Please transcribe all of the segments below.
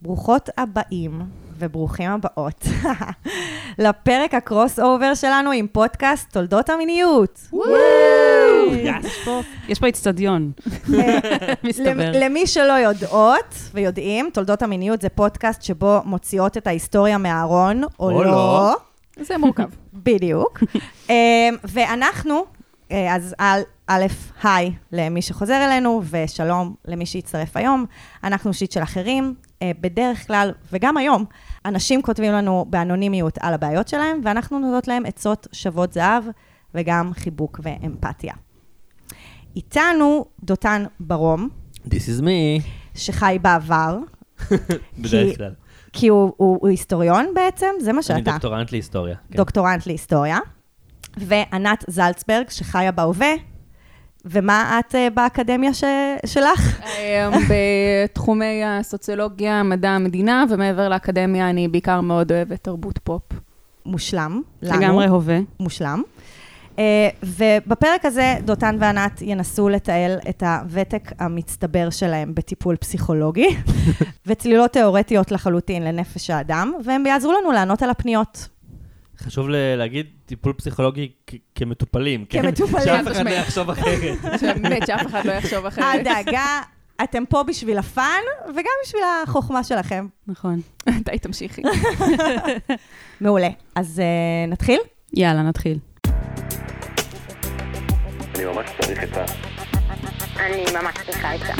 ברוכות הבאים וברוכים הבאות לפרק הקרוס אובר שלנו עם פודקאסט תולדות המיניות. יש פה אצטדיון, מסתבר. למי שלא יודעות ויודעים, תולדות המיניות זה פודקאסט שבו מוציאות את ההיסטוריה מהארון, או לא. זה מורכב. בדיוק. ואנחנו, אז א', היי למי שחוזר אלינו, ושלום למי שיצטרף היום. אנחנו שיט של אחרים, בדרך כלל, וגם היום, אנשים כותבים לנו באנונימיות על הבעיות שלהם, ואנחנו נותנות להם עצות שוות זהב, וגם חיבוק ואמפתיה. איתנו דותן ברום. This is me. שחי בעבר. בדרך כלל. כי הוא היסטוריון בעצם, זה מה שאתה. אני דוקטורנט להיסטוריה. דוקטורנט להיסטוריה. וענת זלצברג שחיה בהווה. ומה את באקדמיה שלך? בתחומי הסוציולוגיה, מדע המדינה, ומעבר לאקדמיה אני בעיקר מאוד אוהבת תרבות פופ. מושלם. לגמרי הווה. מושלם. ובפרק הזה דותן וענת ינסו לתעל את הוותק המצטבר שלהם בטיפול פסיכולוגי, וצלילות תיאורטיות לחלוטין לנפש האדם, והם יעזרו לנו לענות על הפניות. חשוב להגיד טיפול פסיכולוגי כמטופלים. כמטופלים. שאף אחד לא יחשוב אחרת. באמת שאף אחד לא יחשוב אחרת. הדאגה, אתם פה בשביל הפן, וגם בשביל החוכמה שלכם. נכון. די תמשיכי. מעולה. אז נתחיל? יאללה, נתחיל. אני ממש צריך את זה. אני ממש צריכה את זה.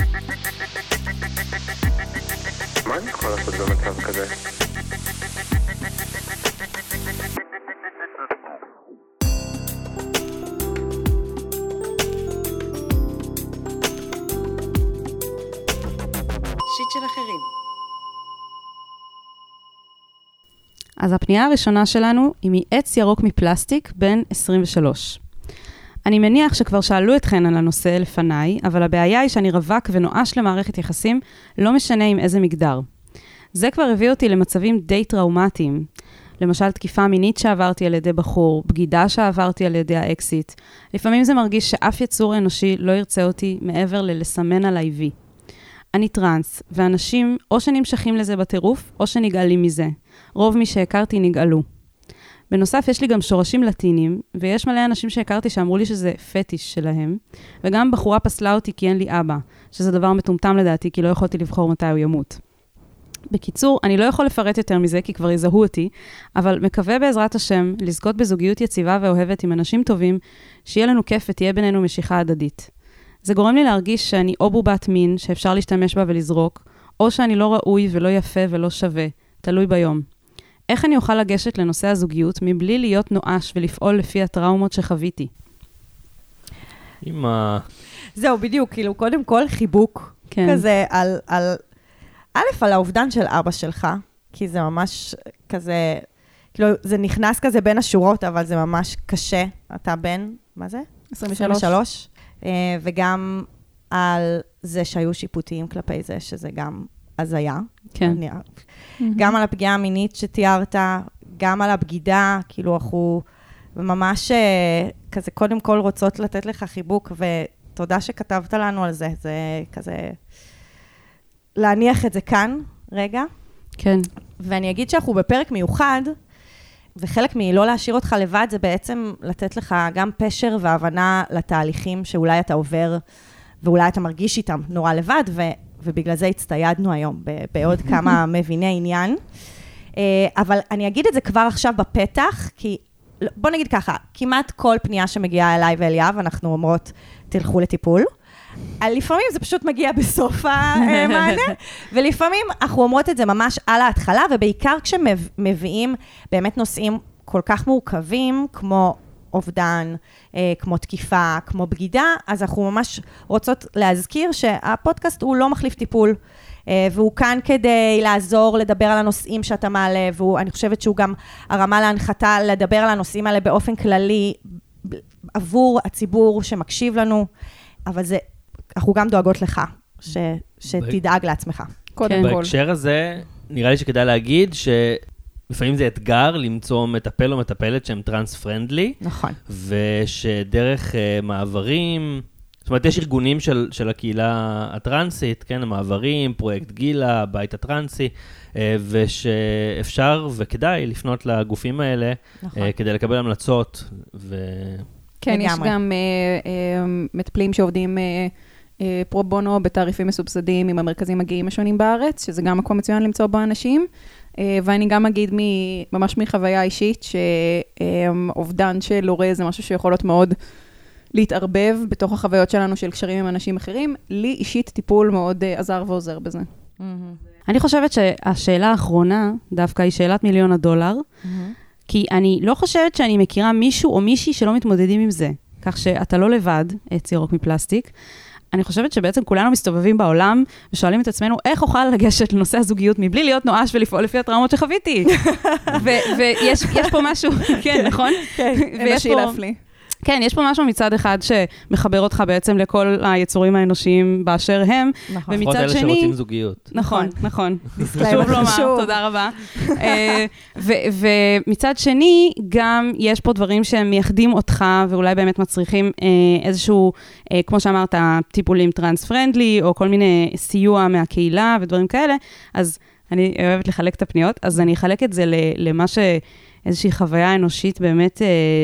מה אני יכול לעשות במצב כזה? שיט של אחרים. אז הפנייה הראשונה שלנו היא מעץ ירוק מפלסטיק בן 23. אני מניח שכבר שאלו אתכן על הנושא לפניי, אבל הבעיה היא שאני רווק ונואש למערכת יחסים, לא משנה עם איזה מגדר. זה כבר הביא אותי למצבים די טראומטיים. למשל, תקיפה מינית שעברתי על ידי בחור, בגידה שעברתי על ידי האקסיט. לפעמים זה מרגיש שאף יצור אנושי לא ירצה אותי מעבר ללסמן עליי וי. אני טרנס, ואנשים או שנמשכים לזה בטירוף, או שנגאלים מזה. רוב מי שהכרתי נגאלו. בנוסף, יש לי גם שורשים לטינים, ויש מלא אנשים שהכרתי שאמרו לי שזה פטיש שלהם, וגם בחורה פסלה אותי כי אין לי אבא, שזה דבר מטומטם לדעתי, כי לא יכולתי לבחור מתי הוא ימות. בקיצור, אני לא יכול לפרט יותר מזה, כי כבר יזהו אותי, אבל מקווה בעזרת השם לזכות בזוגיות יציבה ואוהבת עם אנשים טובים, שיהיה לנו כיף ותהיה בינינו משיכה הדדית. זה גורם לי להרגיש שאני או בובת מין, שאפשר להשתמש בה ולזרוק, או שאני לא ראוי ולא יפה ולא שווה, תלוי ביום. איך אני אוכל לגשת לנושא הזוגיות מבלי להיות נואש ולפעול לפי הטראומות שחוויתי? זהו, בדיוק, כאילו, קודם כל חיבוק כזה על האובדן של אבא שלך, כי זה ממש כזה, כאילו, זה נכנס כזה בין השורות, אבל זה ממש קשה. אתה בן, מה זה? 23. וגם על זה שהיו שיפוטיים כלפי זה, שזה גם הזיה. כן. גם על הפגיעה המינית שתיארת, גם על הבגידה, כאילו אנחנו ממש כזה קודם כל רוצות לתת לך חיבוק, ותודה שכתבת לנו על זה, זה כזה להניח את זה כאן, רגע. כן. ואני אגיד שאנחנו בפרק מיוחד, וחלק מלא להשאיר אותך לבד, זה בעצם לתת לך גם פשר והבנה לתהליכים שאולי אתה עובר, ואולי אתה מרגיש איתם נורא לבד, ובגלל זה הצטיידנו היום בעוד כמה מביני עניין. אבל אני אגיד את זה כבר עכשיו בפתח, כי בוא נגיד ככה, כמעט כל פנייה שמגיעה אליי ואליאב, אנחנו אומרות, תלכו לטיפול. לפעמים זה פשוט מגיע בסוף המענה, ולפעמים אנחנו אומרות את זה ממש על ההתחלה, ובעיקר כשמביאים באמת נושאים כל כך מורכבים, כמו אובדן, כמו תקיפה, כמו בגידה, אז אנחנו ממש רוצות להזכיר שהפודקאסט הוא לא מחליף טיפול, והוא כאן כדי לעזור לדבר על הנושאים שאתה מעלה, ואני חושבת שהוא גם הרמה להנחתה לדבר על הנושאים האלה באופן כללי, עבור הציבור שמקשיב לנו, אבל זה, אנחנו גם דואגות לך, שתדאג לעצמך. קודם כל. בהקשר הזה, נראה לי שכדאי להגיד לפעמים זה אתגר למצוא מטפל או מטפלת שהם טרנס פרנדלי. נכון. ושדרך מעברים, זאת אומרת, יש ארגונים של הקהילה הטרנסית, כן, המעברים, פרויקט גילה, הבית הטרנסי, ושאפשר וכדאי לפנות לגופים האלה, כדי לקבל המלצות. כן, יש גם מטפלים שעובדים פרו בונו בתעריפים מסובסדים עם המרכזים הגאים השונים בארץ, שזה גם מקום מצוין למצוא בו אנשים. ואני גם אגיד ממש מחוויה אישית, שאובדן של הורה זה משהו שיכול להיות מאוד להתערבב בתוך החוויות שלנו של קשרים עם אנשים אחרים. לי אישית טיפול מאוד עזר ועוזר בזה. אני חושבת שהשאלה האחרונה דווקא היא שאלת $1,000,000, כי אני לא חושבת שאני מכירה מישהו או מישהי שלא מתמודדים עם זה, כך שאתה לא לבד, עץ ירוק מפלסטיק. אני חושבת שבעצם כולנו מסתובבים בעולם ושואלים את עצמנו איך אוכל לגשת לנושא הזוגיות מבלי להיות נואש ולפעול לפי הטראומות שחוויתי. ויש פה משהו, כן, נכון? כן, אנושי להפליא. כן, יש פה משהו מצד אחד שמחבר אותך בעצם לכל היצורים האנושיים באשר הם, ומצד אלה שני... שרוצים זוגיות. נכון, נכון. חשוב לומר, תודה רבה. ומצד שני, גם יש פה דברים שהם מייחדים אותך, ואולי באמת מצריכים איזשהו, כמו שאמרת, טיפולים טרנס-פרנדלי, או כל מיני סיוע מהקהילה ודברים כאלה, אז אני אוהבת לחלק את הפניות, אז אני אחלק את זה למה ש... איזושהי חוויה אנושית באמת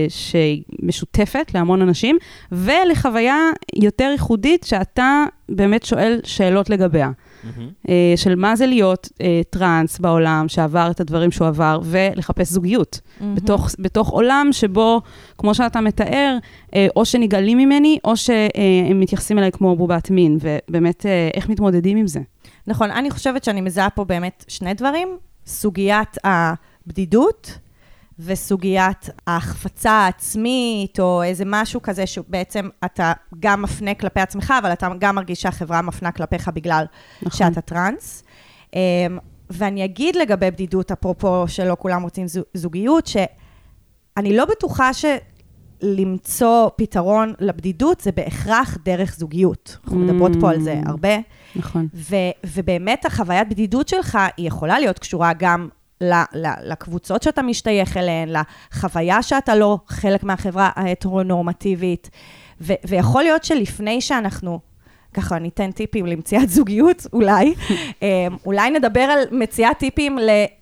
שמשותפת להמון אנשים, ולחוויה יותר ייחודית שאתה באמת שואל שאלות לגביה. של מה זה להיות טרנס בעולם, שעבר את הדברים שהוא עבר, ולחפש זוגיות. בתוך עולם שבו, כמו שאתה מתאר, או שנגלים ממני, או שהם מתייחסים אליי כמו בובת מין, ובאמת איך מתמודדים עם זה. נכון, אני חושבת שאני מזהה פה באמת שני דברים, סוגיית הבדידות, וסוגיית ההחפצה העצמית, או איזה משהו כזה שבעצם אתה גם מפנה כלפי עצמך, אבל אתה גם מרגיש שהחברה מפנה כלפיך בגלל שאתה טרנס. ואני אגיד לגבי בדידות, אפרופו שלא כולם רוצים זוגיות, שאני לא בטוחה שלמצוא פתרון לבדידות זה בהכרח דרך זוגיות. אנחנו מדברות פה על זה הרבה. נכון. ובאמת החוויית בדידות שלך היא יכולה להיות קשורה גם לקבוצות שאתה משתייך אליהן, לחוויה שאתה לא חלק מהחברה ההטרונורמטיבית, ויכול להיות שלפני שאנחנו, ככה ניתן טיפים למציאת זוגיות, אולי נדבר על מציאת טיפים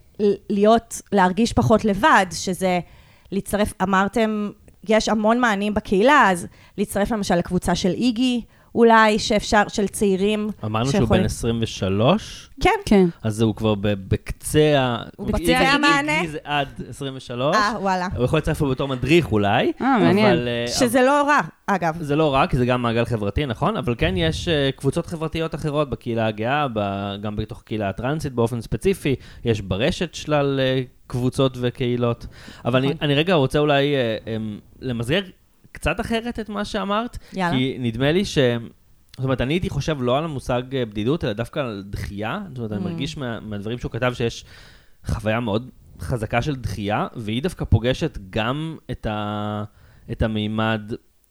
להרגיש פחות לבד, שזה להצטרף, אמרתם, יש המון מענים בקהילה, אז להצטרף למשל לקבוצה של איגי, אולי שאפשר, של צעירים. אמרנו שהוא בן 23? כן. כן. אז הוא כבר בקצה הוא בקצה המענה. זה עד 23. וואלה. הוא יכול לצרף בתור מדריך אולי. מעניין. שזה לא רע, אגב. זה לא רע, כי זה גם מעגל חברתי, נכון? אבל כן יש קבוצות חברתיות אחרות בקהילה הגאה, גם בתוך הקהילה הטרנסית באופן ספציפי. יש ברשת שלל קבוצות וקהילות. אבל אני רגע רוצה אולי למסגר קצת אחרת את מה שאמרת, יאללה. כי נדמה לי זאת אומרת, אני הייתי חושב לא על המושג בדידות, אלא דווקא על דחייה. זאת אומרת, אני מרגיש מהדברים שהוא כתב שיש חוויה מאוד חזקה של דחייה, והיא דווקא פוגשת גם את המימד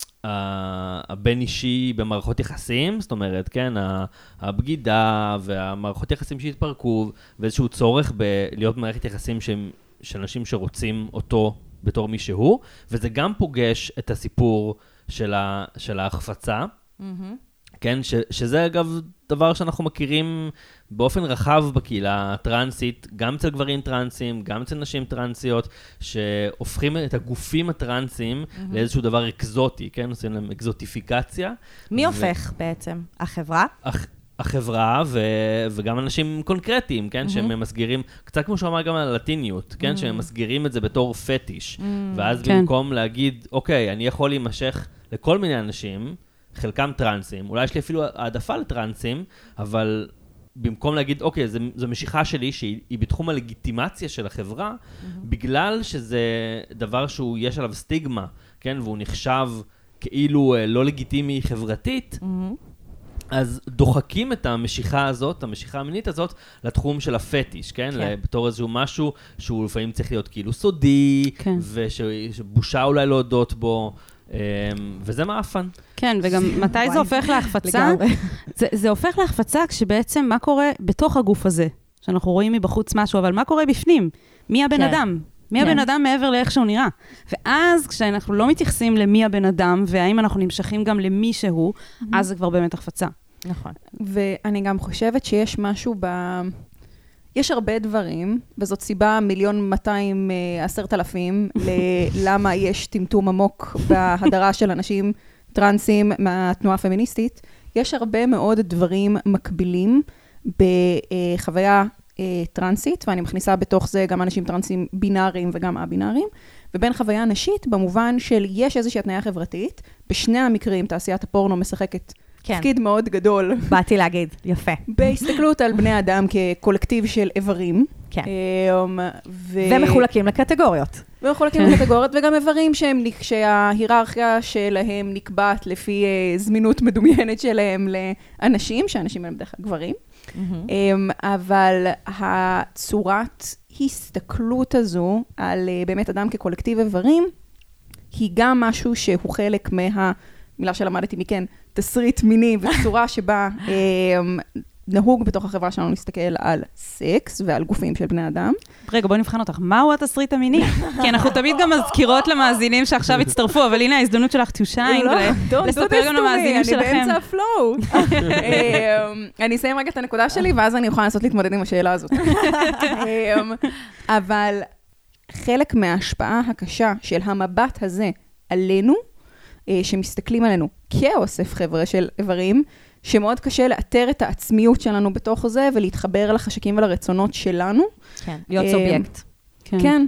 הבין-אישי במערכות יחסים, זאת אומרת, כן, הבגידה והמערכות יחסים שהתפרקו, ואיזשהו צורך להיות במערכת יחסים של אנשים שרוצים אותו בתור מי שהוא, וזה גם פוגש את הסיפור של ההחפצה, כן, שזה אגב דבר שאנחנו מכירים באופן רחב בקהילה הטרנסית, גם אצל גברים טרנסים, גם אצל נשים טרנסיות, שהופכים את הגופים הטרנסים לאיזשהו דבר אקזוטי, כן, עושים להם אקזוטיפיקציה. מי הופך בעצם? החברה? החברה וגם אנשים קונקרטיים, כן, שהם מסגירים, קצת כמו שאומר גם על הלטיניות, כן, שהם מסגירים את זה בתור פטיש, ואז במקום להגיד, אוקיי, אני יכול להימשך לכל מיני אנשים, חלקם טרנסים, אולי יש לי אפילו העדפה לטרנסים, אבל במקום להגיד, אוקיי, זו משיכה שלי שהיא בתחום הלגיטימציה של החברה, בגלל שזה דבר שהוא, יש עליו סטיגמה, כן, והוא נחשב כאילו לא לגיטימי חברתית, אז דוחקים את המשיכה הזאת, המשיכה המינית הזאת, לתחום של הפטיש, כן? בתור איזשהו משהו שהוא לפעמים צריך להיות כאילו סודי, ושבושה אולי להודות בו, וזה מאפן. כן, וגם מתי זה הופך להחפצה? זה הופך להחפצה כשבעצם מה קורה בתוך הגוף הזה, שאנחנו רואים מבחוץ משהו, אבל מה קורה בפנים? מי הבן אדם? מי הבן אדם מעבר לאיך שהוא נראה. ואז כשאנחנו לא מתייחסים למי הבן אדם, והאם אנחנו נמשכים גם למי שהוא, אז זה כבר באמת החפצה. נכון. ואני גם חושבת שיש משהו יש הרבה דברים, וזאת סיבה 1,210,000 למה יש טמטום עמוק בהדרה של אנשים טרנסים מהתנועה הפמיניסטית. יש הרבה מאוד דברים מקבילים בחוויה טרנסית, ואני מכניסה בתוך זה גם אנשים טרנסים בינאריים וגם א-בינאריים, ובין חוויה נשית במובן של יש איזושהי התניה חברתית, בשני המקרים תעשיית הפורנו משחקת תפקיד מאוד גדול. באתי להגיד, יפה. בהסתכלות על בני אדם כקולקטיב של איברים. כן. ומחולקים לקטגוריות. ומחולקים לקטגוריות, וגם איברים שההיררכיה שלהם נקבעת לפי זמינות מדומיינת שלהם לאנשים, שאנשים הם בדרך כלל גברים. אבל הצורת הסתכלות הזו על באמת אדם כקולקטיב איברים, היא גם משהו שהוא חלק מילה שלמדתי מכן, תסריט מיני בצורה שבה נהוג בתוך החברה שלנו להסתכל על סקס ועל גופים של בני אדם. רגע, בואי נבחן אותך. מהו התסריט המיני? כי אנחנו תמיד גם מזכירות למאזינים שעכשיו הצטרפו, אבל הנה ההזדמנות שלך to shine, לספר גם למאזינים שלכם. אני באמצע הפלואו. אני אסיים רגע את הנקודה שלי, ואז אני אוכל לנסות להתמודד עם השאלה הזאת. אבל חלק מההשפעה הקשה של המבט הזה עלינו, שמסתכלים עלינו כאוסף חבר'ה של איברים, שמאוד קשה לאתר את העצמיות שלנו בתוך זה, ולהתחבר לחשקים ולרצונות שלנו. כן, להיות סובייקט. כן.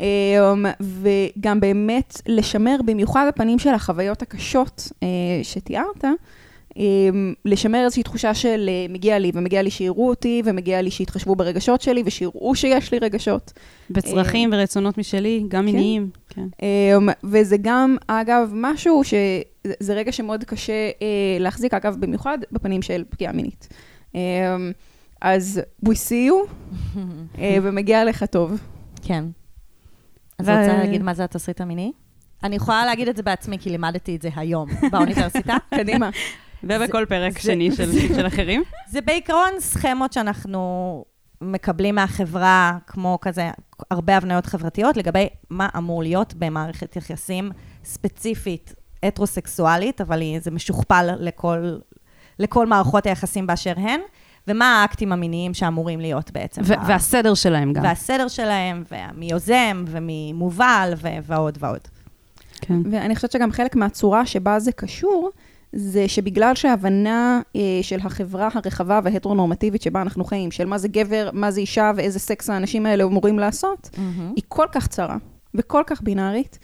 וגם באמת לשמר, במיוחד הפנים של החוויות הקשות שתיארת, לשמר איזושהי תחושה של מגיע לי, ומגיע לי שיראו אותי, ומגיע לי שיתחשבו ברגשות שלי, ושיראו שיש לי רגשות. בצרכים ורצונות משלי, גם מיניים. וזה גם, אגב, משהו שזה רגע שמאוד קשה להחזיק, אגב, במיוחד בפנים של פגיעה מינית. אז we see you, ומגיע לך טוב. כן. אז רוצה להגיד מה זה התסריט המיני? אני יכולה להגיד את זה בעצמי, כי לימדתי את זה היום באוניברסיטה. קדימה. ובכל פרק שני של אחרים. זה בעיקרון סכמות שאנחנו מקבלים מהחברה, כמו כזה, הרבה הבניות חברתיות, לגבי מה אמור להיות במערכת יחסים ספציפית, הטרוסקסואלית, אבל זה משוכפל לכל מערכות היחסים באשר הן, ומה האקטים המיניים שאמורים להיות בעצם. והסדר שלהם גם. והסדר שלהם, ומי יוזם, ומי מובל, ועוד ועוד. כן. ואני חושבת שגם חלק מהצורה שבה זה קשור, זה שבגלל שההבנה של החברה הרחבה וההטרונורמטיבית שבה אנחנו חיים, של מה זה גבר, מה זה אישה ואיזה סקס האנשים האלה אמורים לעשות, היא כל כך צרה וכל כך בינארית,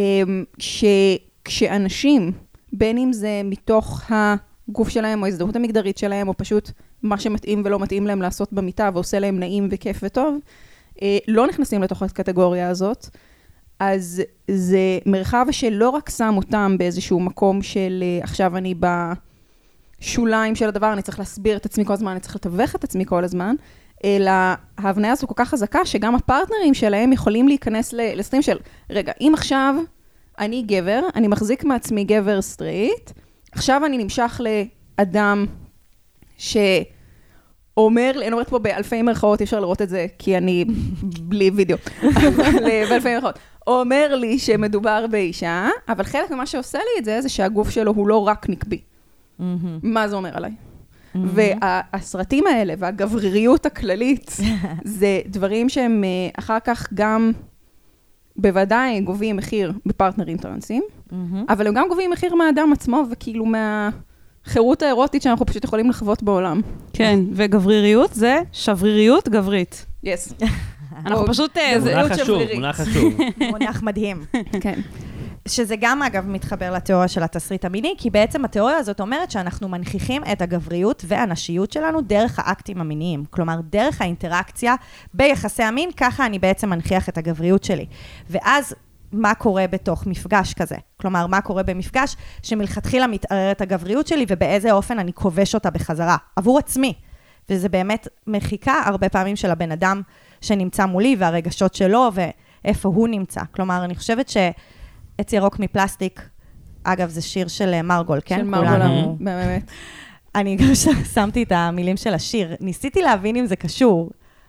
שכשאנשים, בין אם זה מתוך הגוף שלהם או ההזדהות המגדרית שלהם, או פשוט מה שמתאים ולא מתאים להם לעשות במיטה ועושה להם נעים וכיף וטוב, לא נכנסים לתוך הקטגוריה הזאת, אז זה מרחב שלא רק שם אותם באיזשהו מקום של עכשיו אני בשוליים של הדבר, אני צריך להסביר את עצמי כל הזמן, אני צריך לתווך את עצמי כל הזמן, אלא ההבניה הזו כל כך חזקה שגם הפרטנרים שלהם יכולים להיכנס לסטרים של, רגע, אם עכשיו אני גבר, אני מחזיק מעצמי גבר סטרייט, עכשיו אני נמשך לאדם אומר, אני אומרת פה באלפי מרכאות, אי אפשר לראות את זה, כי אני בלי וידאו, אבל באלפי מרכאות. אומר לי שמדובר באישה, אבל חלק ממה שעושה לי את זה, זה שהגוף שלו הוא לא רק נקבי. מה זה אומר עליי? והסרטים האלה, והגבריריות הכללית, זה דברים שהם אחר כך גם, בוודאי גובים מחיר בפרטנרים טרנסים, אבל הם גם גובים מחיר מהאדם עצמו, וכאילו חירות האירוטית שאנחנו פשוט יכולים לחוות בעולם. כן, וגבריריות זה שבריריות גברית. יס. אנחנו פשוט... מונח חשוב. מונח מדהים. כן. שזה גם, אגב, מתחבר לתיאוריה של התסריט המיני, כי בעצם התיאוריה הזאת אומרת שאנחנו מנכיחים את הגבריות והנשיות שלנו דרך האקטים המיניים. כלומר, דרך האינטראקציה ביחסי המין, ככה אני בעצם מנכיח את הגבריות שלי. ואז מה קורה בתוך מפגש כזה? כלומר, מה קורה במפגש שמלכתחילה מתערערת הגבריות שלי, ובאיזה אופן אני כובש אותה בחזרה, עבור עצמי. וזה באמת מחיקה הרבה פעמים של הבן אדם שנמצא מולי, והרגשות שלו, ואיפה הוא נמצא. כלומר, אני חושבת שעץ ירוק מפלסטיק, אגב, זה שיר של מרגול, כן? של מרגול, באמת. אני גם שמתי את המילים של השיר. ניסיתי להבין אם זה קשור,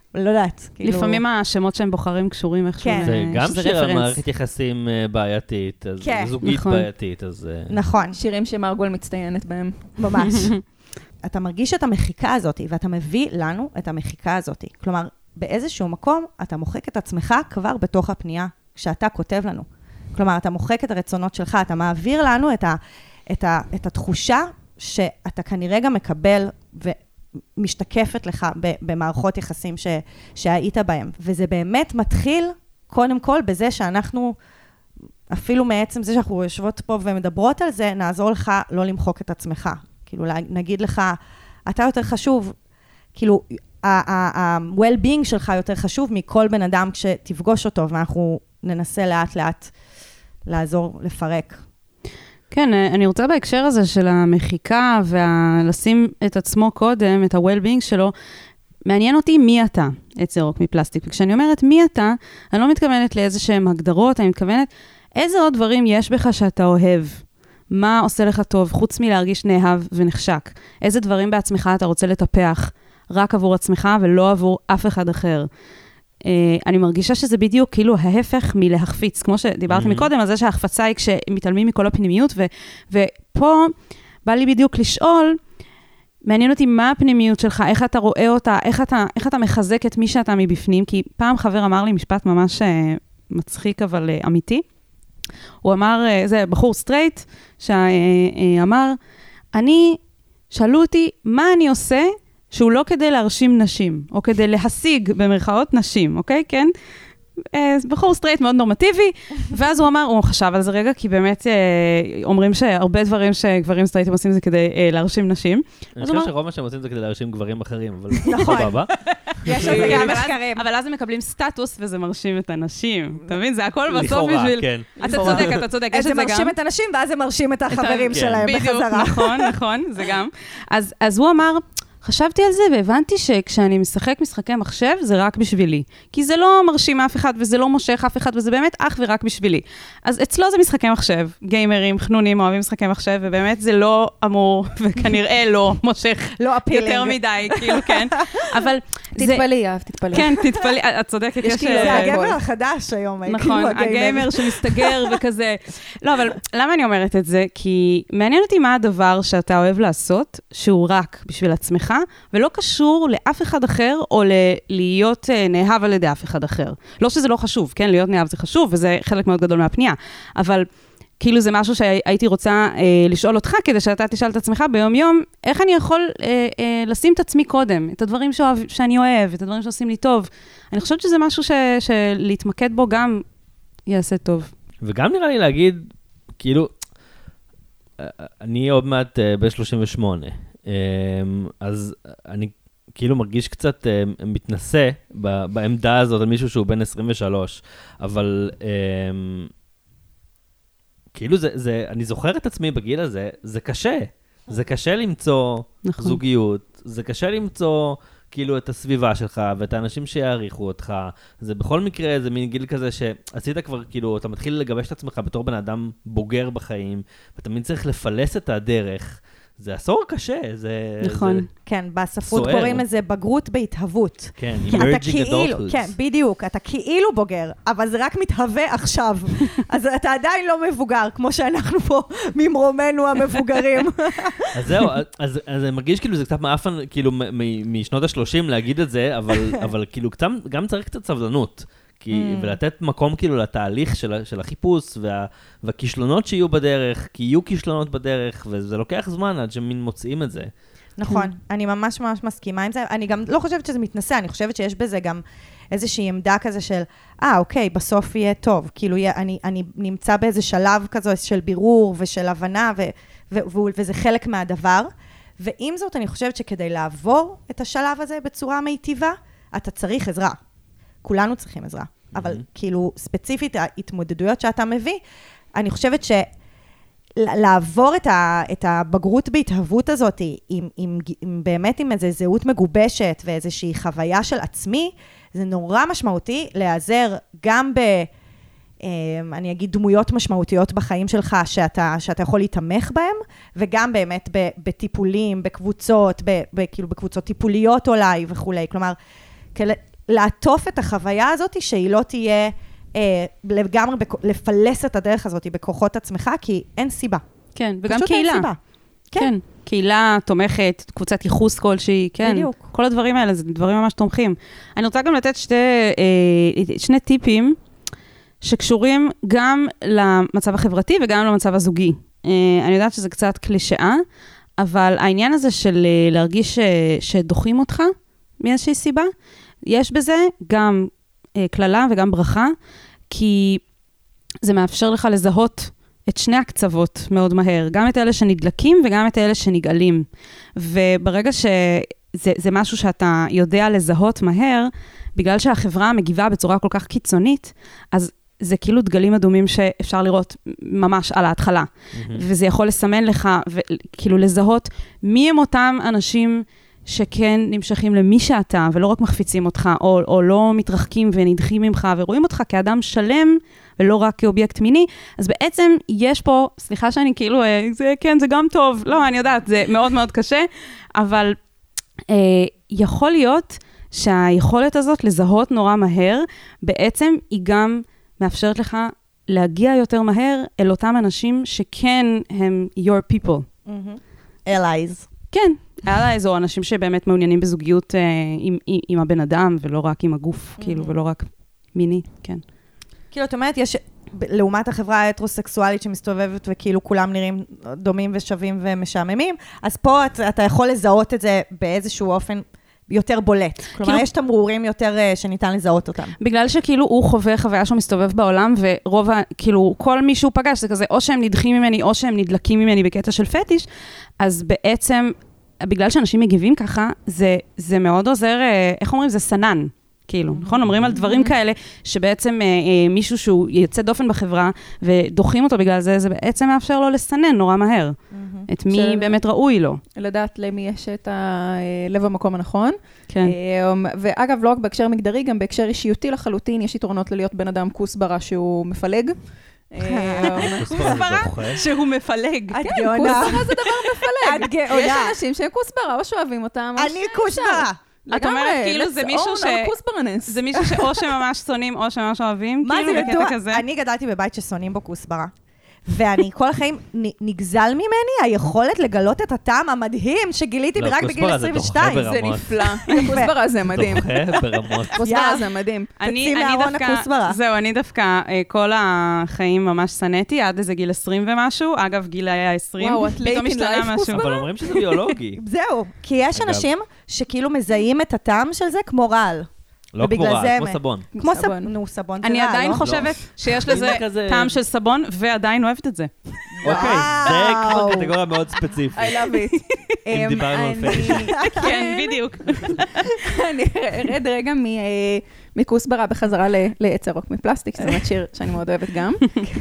לא יודעת. לפעמים השמות שהם בוחרים קשורים איכשהו. זה גם שיר מערכת יחסים בעייתית, זוגית בעייתית, אז... נכון. שירים שמרגול מצטיינת בהם. ממש. אתה מרגיש את המחיקה הזאת, ואתה מביא לנו את המחיקה הזאת. כלומר, באיזשהו מקום, אתה מוחק את עצמך כבר בתוך הפנייה, כשאתה כותב לנו. כלומר, אתה מוחק את הרצונות שלך, אתה מעביר לנו את התחושה שאתה כנראה גם מקבל ומשתקפת לך במערכות יחסים שהיית בהם. וזה באמת מתחיל, קודם כל, בזה שאנחנו, אפילו מעצם זה שאנחנו יושבות פה ומדברות על זה, נעזור לך לא למחוק את עצמך. כאילו, נגיד לך, אתה יותר חשוב, כאילו, ה-well-being שלך יותר חשוב מכל בן אדם כשתפגוש אותו, ואנחנו ננסה לאט-לאט לעזור לפרק. כן, אני רוצה בהקשר הזה של המחיקה ולשים את עצמו קודם, את ה-well-being שלו, מעניין אותי מי אתה, עץ ירוק מפלסטיק. וכשאני אומרת מי אתה, אני לא מתכוונת לאיזשהם הגדרות, אני מתכוונת איזה עוד דברים יש בך שאתה אוהב. מה עושה לך טוב, חוץ מלהרגיש נאהב ונחשק? איזה דברים בעצמך אתה רוצה לטפח רק עבור עצמך ולא עבור אף אחד אחר? אני מרגישה שזה בדיוק כאילו ההפך מלהחפיץ, כמו שדיברתי מקודם, על זה שההחפצה היא כשמתעלמים מכל הפנימיות, ופה בא לי בדיוק לשאול, מעניין אותי מה הפנימיות שלך, איך אתה רואה אותה, איך אתה מחזק את מי שאתה מבפנים, כי פעם חבר אמר לי משפט ממש מצחיק אבל אמיתי, הוא אמר, זה בחור סטרייט, שאמר, שאלו אותי, מה אני עושה שהוא לא כדי להרשים נשים, או כדי להשיג במרכאות נשים, אוקיי? כן? בחור סטרייט מאוד נורמטיבי, ואז הוא אמר, הוא חשב על זה רגע, כי באמת אומרים שהרבה דברים שגברים סטרייטים עושים זה כדי להרשים נשים. אני חושב שרוב מה שהם עושים זה כדי להרשים גברים אחרים, אבל סבבה. יש על זה גם מחקרים. אבל אז הם מקבלים סטטוס וזה מרשים את הנשים. אתה מבין? זה הכל בסוף לכאורה, בשביל... כן. אתה צודק, יש את זה גם. זה מרשים את הנשים, ואז הם מרשים את החברים שלהם בחזרה. נכון, זה גם. אז הוא אמר, חשבתי על זה והבנתי שכשאני משחק משחקי מחשב, זה רק בשבילי. כי זה לא מרשים אף אחד וזה לא מושך אף אחד, וזה באמת אך ורק בשבילי. אז אצלו זה משחקי מחשב. גיימרים, חנונים, אוהבים משחקי מחשב, ובאמת זה לא אמור, וכנראה לא מושך יותר מדי, כאילו, כן. אבל תתפלאי, אהב, תתפלאי. כן, תתפלאי, את צודקת. זה הגבר החדש היום, נכון, הגיימר שמסתגר וכזה. לא, אבל למה אני אומרת את זה? כי מעניין אותי מה הדבר שאתה אוהב לעשות, שהוא רק בשביל עצמך, ולא קשור לאף אחד אחר, או להיות נאהב על ידי אף אחד אחר. לא שזה לא חשוב, כן? להיות נאהב זה חשוב, וזה חלק מאוד גדול מהפנייה. אבל כאילו זה משהו שהייתי רוצה לשאול אותך, כדי שאתה תשאל את עצמך ביום יום, איך אני יכול לשים את עצמי קודם, את הדברים שאני אוהב, את הדברים שעושים לי טוב. אני חושבת שזה משהו שלהתמקד בו גם יעשה טוב. וגם נראה לי להגיד, כאילו, אני עוד מעט ב-38, אז אני כאילו מרגיש קצת מתנסה בעמדה הזאת על מישהו שהוא בן 23, אבל כאילו אני זוכר את עצמי בגיל הזה, זה קשה. זה קשה למצוא זוגיות, זה קשה למצוא כאילו את הסביבה שלך ואת האנשים שיעריכו אותך. זה בכל מקרה, זה מין גיל כזה שעשית כבר, כאילו, אתה מתחיל לגבש את עצמך בתור בן אדם בוגר בחיים, ואתה מין צריך לפלס את הדרך. זה עשור קשה, זה... נכון. כן, בספרות קוראים לזה בגרות בהתהוות. כן, emerging adulthood. כן, בדיוק, אתה כאילו בוגר, אבל זה רק מתהווה עכשיו. אז אתה עדיין לא מבוגר, כמו שאנחנו פה ממרומנו המבוגרים. אז זהו, אז זה מרגיש כאילו זה קצת מאפן, כאילו משנות ה-30 להגיד את זה, אבל כאילו גם צריך קצת סבלנות. ולתת מקום כאילו לתהליך של החיפוש והכישלונות שיהיו בדרך, כי יהיו כישלונות בדרך, וזה לוקח זמן עד שמין מוצאים את זה. נכון, אני ממש ממש מסכימה עם זה. אני גם לא חושבת שזה מתנסה, אני חושבת שיש בזה גם איזושהי עמדה כזה של, אוקיי, בסוף יהיה טוב. כאילו, אני נמצא באיזה שלב כזה של בירור ושל הבנה, וזה חלק מהדבר. ועם זאת, אני חושבת שכדי לעבור את השלב הזה בצורה מיטיבה, אתה צריך עזרה. כולנו צריכים עזרה. אבל כאילו, ספציפית, ההתמודדויות שאתה מביא, אני חושבת לעבור את הבגרות בהתהוות הזאת, באמת עם איזו זהות מגובשת ואיזושהי חוויה של עצמי, זה נורא משמעותי להיעזר גם אני אגיד דמויות משמעותיות בחיים שלך שאתה יכול להתמך בהם, וגם באמת בטיפולים, בקבוצות, כאילו בקבוצות טיפוליות אולי וכולי. כלומר, לעטוף את החוויה הזאת, שהיא לא תהיה לגמרי לפלס את הדרך הזאת בכוחות עצמך, כי אין סיבה. כן, וגם פשוט קהילה. אין סיבה. כן, קהילה תומכת, קבוצת ייחוס כלשהי, כן. בדיוק. כל הדברים האלה, זה דברים ממש תומכים. אני רוצה גם לתת שני טיפים, שקשורים גם למצב החברתי וגם למצב הזוגי. אני יודעת שזה קצת קלישאה, אבל העניין הזה של להרגיש שדוחים אותך מאיזושהי סיבה, יש בזה גם כללה וגם ברכה, כי זה מאפשר לך לזהות את שני הקצוות מאוד מהר, גם את אלה שנדלקים וגם את אלה שנגאלים. וברגע שזה משהו שאתה יודע לזהות מהר, בגלל שהחברה מגיבה בצורה כל כך קיצונית, אז זה כאילו דגלים אדומים שאפשר לראות ממש על ההתחלה. וזה יכול לסמן לך, וכאילו לזהות מי הם אותם אנשים שכן נמשכים למי שאתה, ולא רק מחפיצים אותך, או לא מתרחקים ונדחים ממך, ורואים אותך כאדם שלם, ולא רק כאובייקט מיני. אז בעצם יש פה, סליחה שאני כאילו, זה גם טוב. לא, אני יודעת, זה מאוד מאוד קשה, אבל יכול להיות שהיכולת הזאת לזהות נורא מהר, בעצם היא גם מאפשרת לך להגיע יותר מהר אל אותם אנשים שכן הם your people. allies. כן, allies או אנשים שבאמת מעוניינים בזוגיות עם הבן אדם, ולא רק עם הגוף, כאילו, ולא רק מיני, כן. כאילו, את אומרת, יש, לעומת החברה ההטרוסקסואלית שמסתובבת וכאילו כולם נראים דומים ושווים ומשעממים, אז פה אתה יכול לזהות את זה באיזשהו אופן יותר בולט. כלומר, יש תמרורים יותר שניתן לזהות אותם. בגלל שכאילו הוא חווה חוויה שהוא מסתובב בעולם, ורוב, כאילו, כל מי שהוא פגש, זה כזה, או שהם נדחים ממני, או שהם נדלקים ממני בקטע של פטיש, אז בעצם, בגלל שאנשים מגיבים ככה, זה מאוד עוזר, איך אומרים? זה סנן. כאילו, נכון? אומרים על דברים כאלה, שבעצם מישהו שהוא יוצא דופן בחברה, ודוחים אותו בגלל זה, זה בעצם מאפשר לו לסנן נורא מהר. את מי באמת ראוי לו. לדעת למי יש את הלב המקום הנכון. כן. ואגב, לא רק בהקשר מגדרי, גם בהקשר אישיותי לחלוטין, יש יתרונות ללהיות בן אדם כוסברה שהוא מפלג. כוסברה שהוא מפלג. כן, כוסברה זה דבר מפלג. יש אנשים שהם כוסברה, או שאוהבים אותם, אני כוסברה. את אומרת, כאילו זה מישהו שאו שממש שונאים, או שממש אוהבים, כאילו בקטע כזה. אני גדלתי בבית ששונאים בו כוסברה. ואני כל החיים נגזל ממני היכולת לגלות את הטעם המדהים שגיליתי רק בגיל 22. זה נפלא. כוסברה זה מדהים. דוחה ברמות. כוסברה זה מדהים. תצאי מהארון הכוסברה. זהו, אני דווקא כל החיים ממש שנאתי, עד איזה גיל 20 ומשהו. אגב, גיל היה 20. וואו, את לייט אין לייף כוסברה? אבל אומרים שזה ביולוגי. זהו, כי יש אנשים שכאילו מזהים את הטעם של זה כמו רעל. לא כמו רעל, כמו סבון. כמו סבון. נו, סבון זה רעל, אני עדיין חושבת שיש לזה טעם של סבון, ועדיין אוהבת את זה. אוקיי, זה כבר קטגוריה מאוד ספציפית. I love it. אם דיברנו על פטיש. כן, בדיוק. אני ארד רגע מכוסברה בחזרה לעץ ירוק מפלסטיק, זה באמת שיר שאני מאוד אוהבת גם.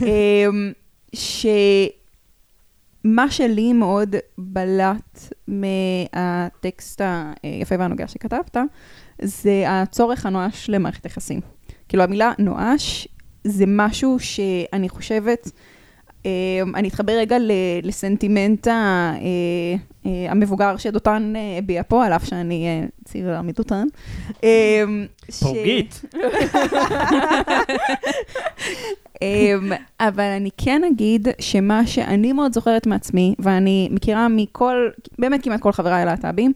מה שלי מאוד בלט מהטקסט היפה והנוגע שכתבת, זה הצורך הנואש למערכת יחסים. כאילו, המילה נואש זה משהו שאני חושבת, אני אתחבר רגע לסנטימנט המבוגר שדותן הביע פה, על אף שאני צעירה מדותן. פורגית. אבל אני כן אגיד שמה שאני מאוד זוכרת מעצמי, ואני מכירה מכל, באמת כמעט כל חבריי הלהט"בים,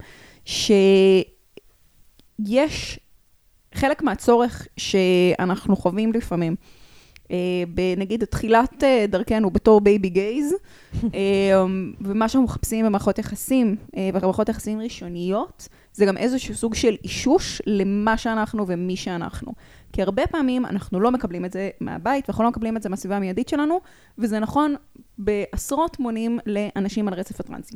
יש חלק מהצורך שאנחנו חווים לפעמים, בנגיד תחילת דרכנו בתור בייבי גייז, ומה שאנחנו מחפשים במערכות יחסים, במערכות יחסים ראשוניות, זה גם איזשהו סוג של אישוש למה שאנחנו ומי שאנחנו. כי הרבה פעמים אנחנו לא מקבלים את זה מהבית, ואנחנו לא מקבלים את זה מהסביבה המיידית שלנו, וזה נכון בעשרות מונים לאנשים על רצף הטרנסי.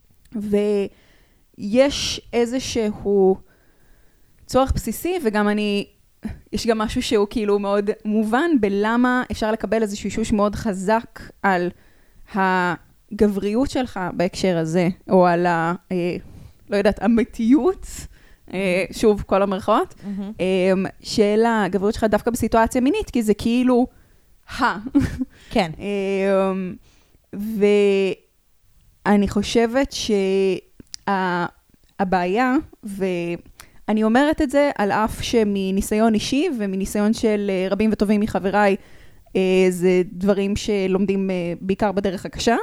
ויש איזשהו צורך בסיסי, וגם יש גם משהו שהוא כאילו מאוד מובן, בלמה אפשר לקבל איזשהו אישוש מאוד חזק על הגבריות שלך בהקשר הזה, או על לא יודעת, אמיתיות, שוב, כל המרכאות, של הגבריות שלך דווקא בסיטואציה מינית, כי זה כאילו, כן. ואני חושבת שהבעיה, אני אומרת את זה על אף שמניסיון אישי ומניסיון של רבים וטובים מחבריי, זה דברים שלומדים בעיקר בדרך הקשה,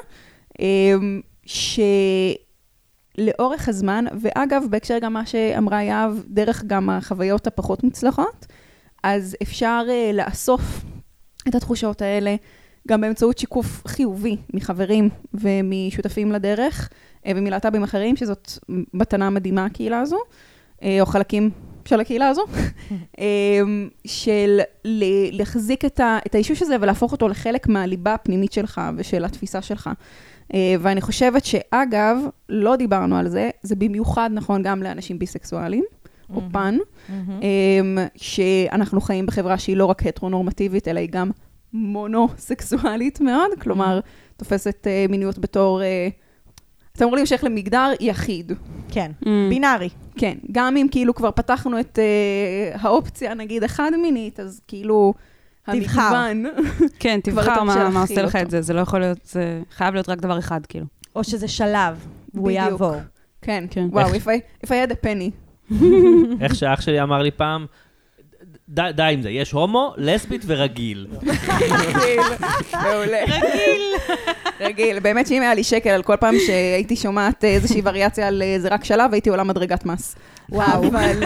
שלאורך הזמן, ואגב, בהקשר גם מה שאמרה יהב, דרך גם החוויות הפחות מוצלחות, אז אפשר לאסוף את התחושות האלה, גם באמצעות שיקוף חיובי מחברים ומשותפים לדרך, ומלהט"בים אחרים, שזאת מתנה מדהימה הקהילה הזו, או חלקים של הקהילה הזו, של להחזיק את האישוש הזה ולהפוך אותו לחלק מהליבה הפנימית שלך ושל התפיסה שלך. ואני חושבת שאגב, לא דיברנו על זה, זה במיוחד נכון גם לאנשים ביסקסואלים, או פן, שאנחנו חיים בחברה שהיא לא רק הטרונורמטיבית, אלא היא גם מונוסקסואלית מאוד, כלומר, תופסת מיניות בתור, אתה אמור להמשך למגדר יחיד. כן, בינארי. כן, גם אם כאילו כבר פתחנו את האופציה, נגיד, אחד מינית, אז כאילו, המגוון. כן, תבחר מה עושה לך את זה, זה לא יכול להיות, זה חייב להיות רק דבר אחד, כאילו. או שזה שלב, והוא יעבור. כן, וואו, if I had a penny. איך שאח שלי אמר לי פעם, די עם זה, יש הומו, לסבית ורגיל. רגיל, מעולה. רגיל, באמת שאם היה לי שקל על כל פעם שהייתי שומעת איזושהי וריאציה על זה רק שלב, הייתי עולה מדרגת מס. וואו. אבל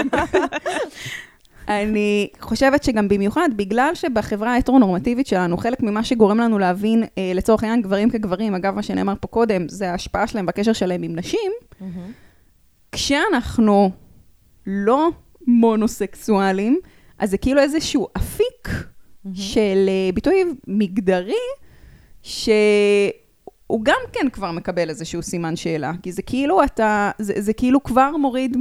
אני חושבת שגם במיוחד, בגלל שבחברה ההטרונורמטיבית שלנו, חלק ממה שגורם לנו להבין לצורך העניין גברים כגברים, אגב מה שנאמר פה קודם, זה ההשפעה שלהם בקשר שלהם עם נשים, כשאנחנו לא מונוסקסואלים, אז זה כאילו איזשהו אפיק של ביטוי מגדרי, שהוא גם כן כבר מקבל איזשהו סימן שאלה, כי זה כאילו זה כאילו כבר מוריד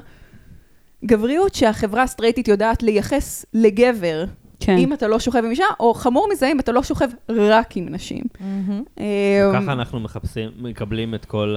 מהגבריות שהחברה הסטרייטית יודעת לייחס לגבר, כן. אם אתה לא שוכב עם אישה, או חמור מזה, אם אתה לא שוכב רק עם נשים. ככה אנחנו מקבלים את כל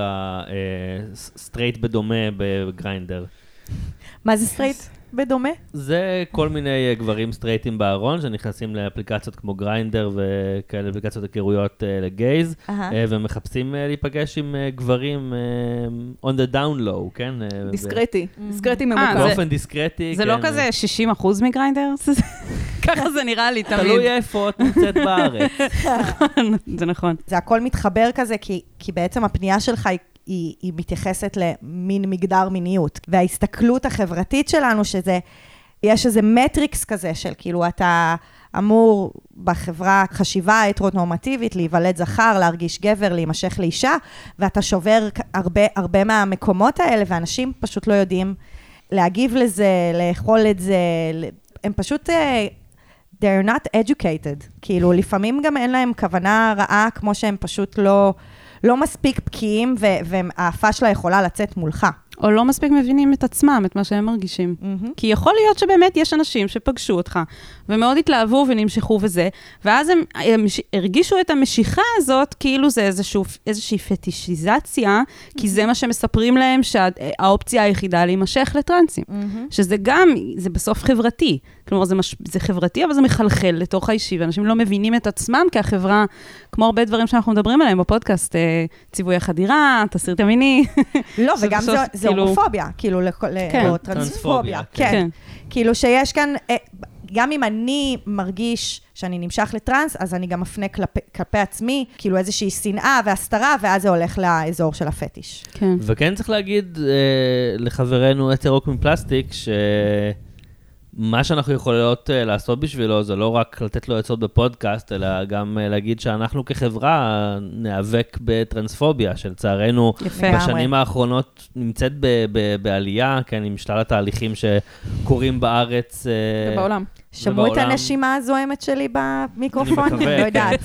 הסטרייט בדומה בגריינדר. מה זה סטרייט בדומה? זה כל מיני גברים סטרייטים בארון, שנכנסים לאפליקציות כמו גריינדר וכאלה אפליקציות היכרויות לגייז, ומחפשים להיפגש עם גברים on the down low, כן? דיסקרטי, דיסקרטי ממוקד. באופן דיסקרטי, זה לא כזה 60% מגריינדר? ככה זה נראה לי תמיד. תלוי איפה את נמצאת בארץ. זה נכון. זה הכל מתחבר כזה, כי בעצם הפנייה שלך היא מתייחסת למין מגדר מיניות. וההסתכלות החברתית שלנו, שזה, יש איזה מטריקס כזה של כאילו אתה אמור בחברה חשיבה הטרונורמטיבית, להיוולד זכר, להרגיש גבר, להימשך לאישה, ואתה שובר הרבה מהמקומות האלה, ואנשים פשוט לא יודעים להגיב לזה, לאכול את זה, הם פשוט they're not educated. כאילו לפעמים גם אין להם כוונה רעה, כמו שהם פשוט לא מספיק בקיאים, והאפה שלה יכולה לצאת מולך. או לא מספיק מבינים את עצמם, את מה שהם מרגישים. כי יכול להיות שבאמת יש אנשים שפגשו אותך, ומאוד התלהבו ונמשכו וזה, ואז הם הרגישו את המשיכה הזאת, כאילו זה איזושהי פטישיזציה, כי זה מה שמספרים להם שהאופציה היחידה להימשך לטרנסים. שזה גם, זה בסוף חברתי. כלומר, זה חברתי, אבל זה מחלחל לתוך האישי, ואנשים לא מבינים את עצמם, כי החברה, כמו הרבה דברים שאנחנו מדברים עליהם בפודקאסט, ציווי החדירה, תסריט המיני. לא, וגם זה הומופוביה, כאילו, או טרנספוביה. כן. כאילו שיש כאן, גם אם אני מרגיש שאני נמשך לטרנס, אז אני גם מפנה כלפי עצמי, כאילו איזושהי שנאה והסתרה, ואז זה הולך לאזור של הפטיש. כן. וכן צריך להגיד לחברנו עץ ירוק מפלסטיק, מה שאנחנו יכולות לעשות בשבילו, זה לא רק לתת לו עצות בפודקאסט, אלא גם להגיד שאנחנו כחברה ניאבק בטרנספוביה, שלצערנו בשנים האחרונות נמצאת בעלייה, כן, עם שלל התהליכים שקורים בארץ. ובעולם. שמעו את הנשימה הזוהמת שלי במיקרופון? אני לא יודעת.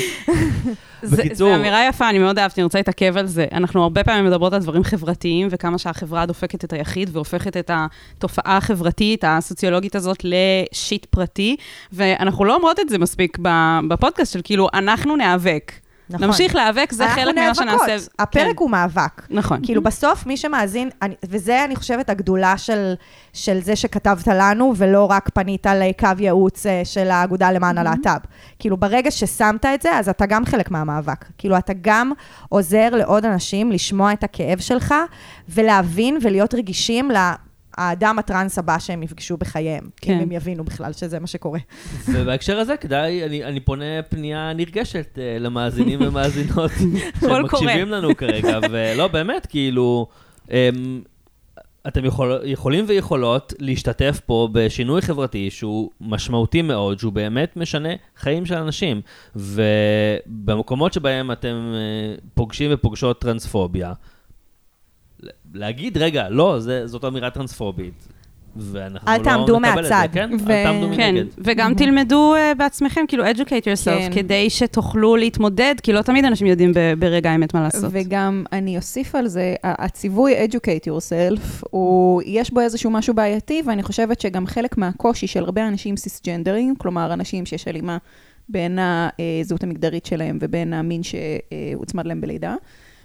זו אמירה יפה, אני מאוד אהבתי, אני רוצה להתעכב על זה. אנחנו הרבה פעמים מדברות על דברים חברתיים, וכמה שהחברה דופקת את היחיד, והופכת את התופעה החברתית, הסוציולוגית הזאת, לשיט פרטי, ואנחנו לא אומרות את זה מספיק בפודקאסט של כאילו, אנחנו ניאבק. נכון. נמשיך להיאבק, זה חלק ממה שנעשה. הפרק כן. הוא מאבק. נכון. כאילו בסוף מי שמאזין, וזה אני חושבת הגדולה של זה שכתבת לנו, ולא רק פנית לקו ייעוץ של האגודה למען הלהט"ב. כאילו ברגע ששמת את זה, אז אתה גם חלק מהמאבק. כאילו אתה גם עוזר לעוד אנשים לשמוע את הכאב שלך, ולהבין ולהיות רגישים האדם הטרנס הבא שהם יפגשו בחייהם, אם הם יבינו בכלל שזה מה שקורה. ובהקשר הזה כדאי, אני פונה פנייה נרגשת למאזינים ומאזינות שמקשיבים לנו כרגע, ולא באמת, כאילו, אתם יכולים ויכולות להשתתף פה בשינוי חברתי שהוא משמעותי מאוד, שהוא באמת משנה חיים של אנשים, ובמקומות שבהם אתם פוגשים ופוגשות טרנספוביה, להגיד, רגע, לא, זאת אמירה טרנספובית. אל תעמדו מהצד. כן, אל תעמדו מנגד. וגם תלמדו בעצמכם, כאילו, educate yourself, כדי שתוכלו להתמודד, כי לא תמיד אנשים יודעים ברגע האמת מה לעשות. וגם אני אוסיף על זה, הציווי educate yourself, יש בו איזשהו משהו בעייתי, ואני חושבת שגם חלק מהקושי של הרבה אנשים סיסג'נדרים, כלומר, אנשים שיש הלימה בין הזהות המגדרית שלהם ובין המין שהוצמד להם בלידה,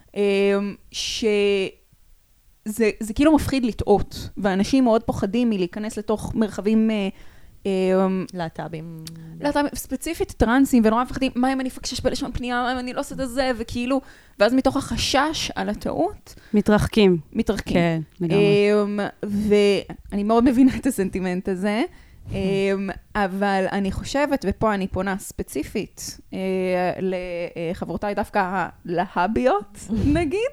זה כאילו מפחיד לטעות, ואנשים מאוד פוחדים מלהיכנס לתוך מרחבים להט"בים. ספציפית טרנסים, ונורא מפחדים, מה אם אני אפקשש בלשון פנייה, מה אם אני לא עושה את זה, וכאילו, ואז מתוך החשש על הטעות, מתרחקים. כן, לגמרי. ואני מאוד מבינה את הסנטימנט הזה, אבל אני חושבת, ופה אני פונה ספציפית, לחברותיי דווקא להביות, נגיד,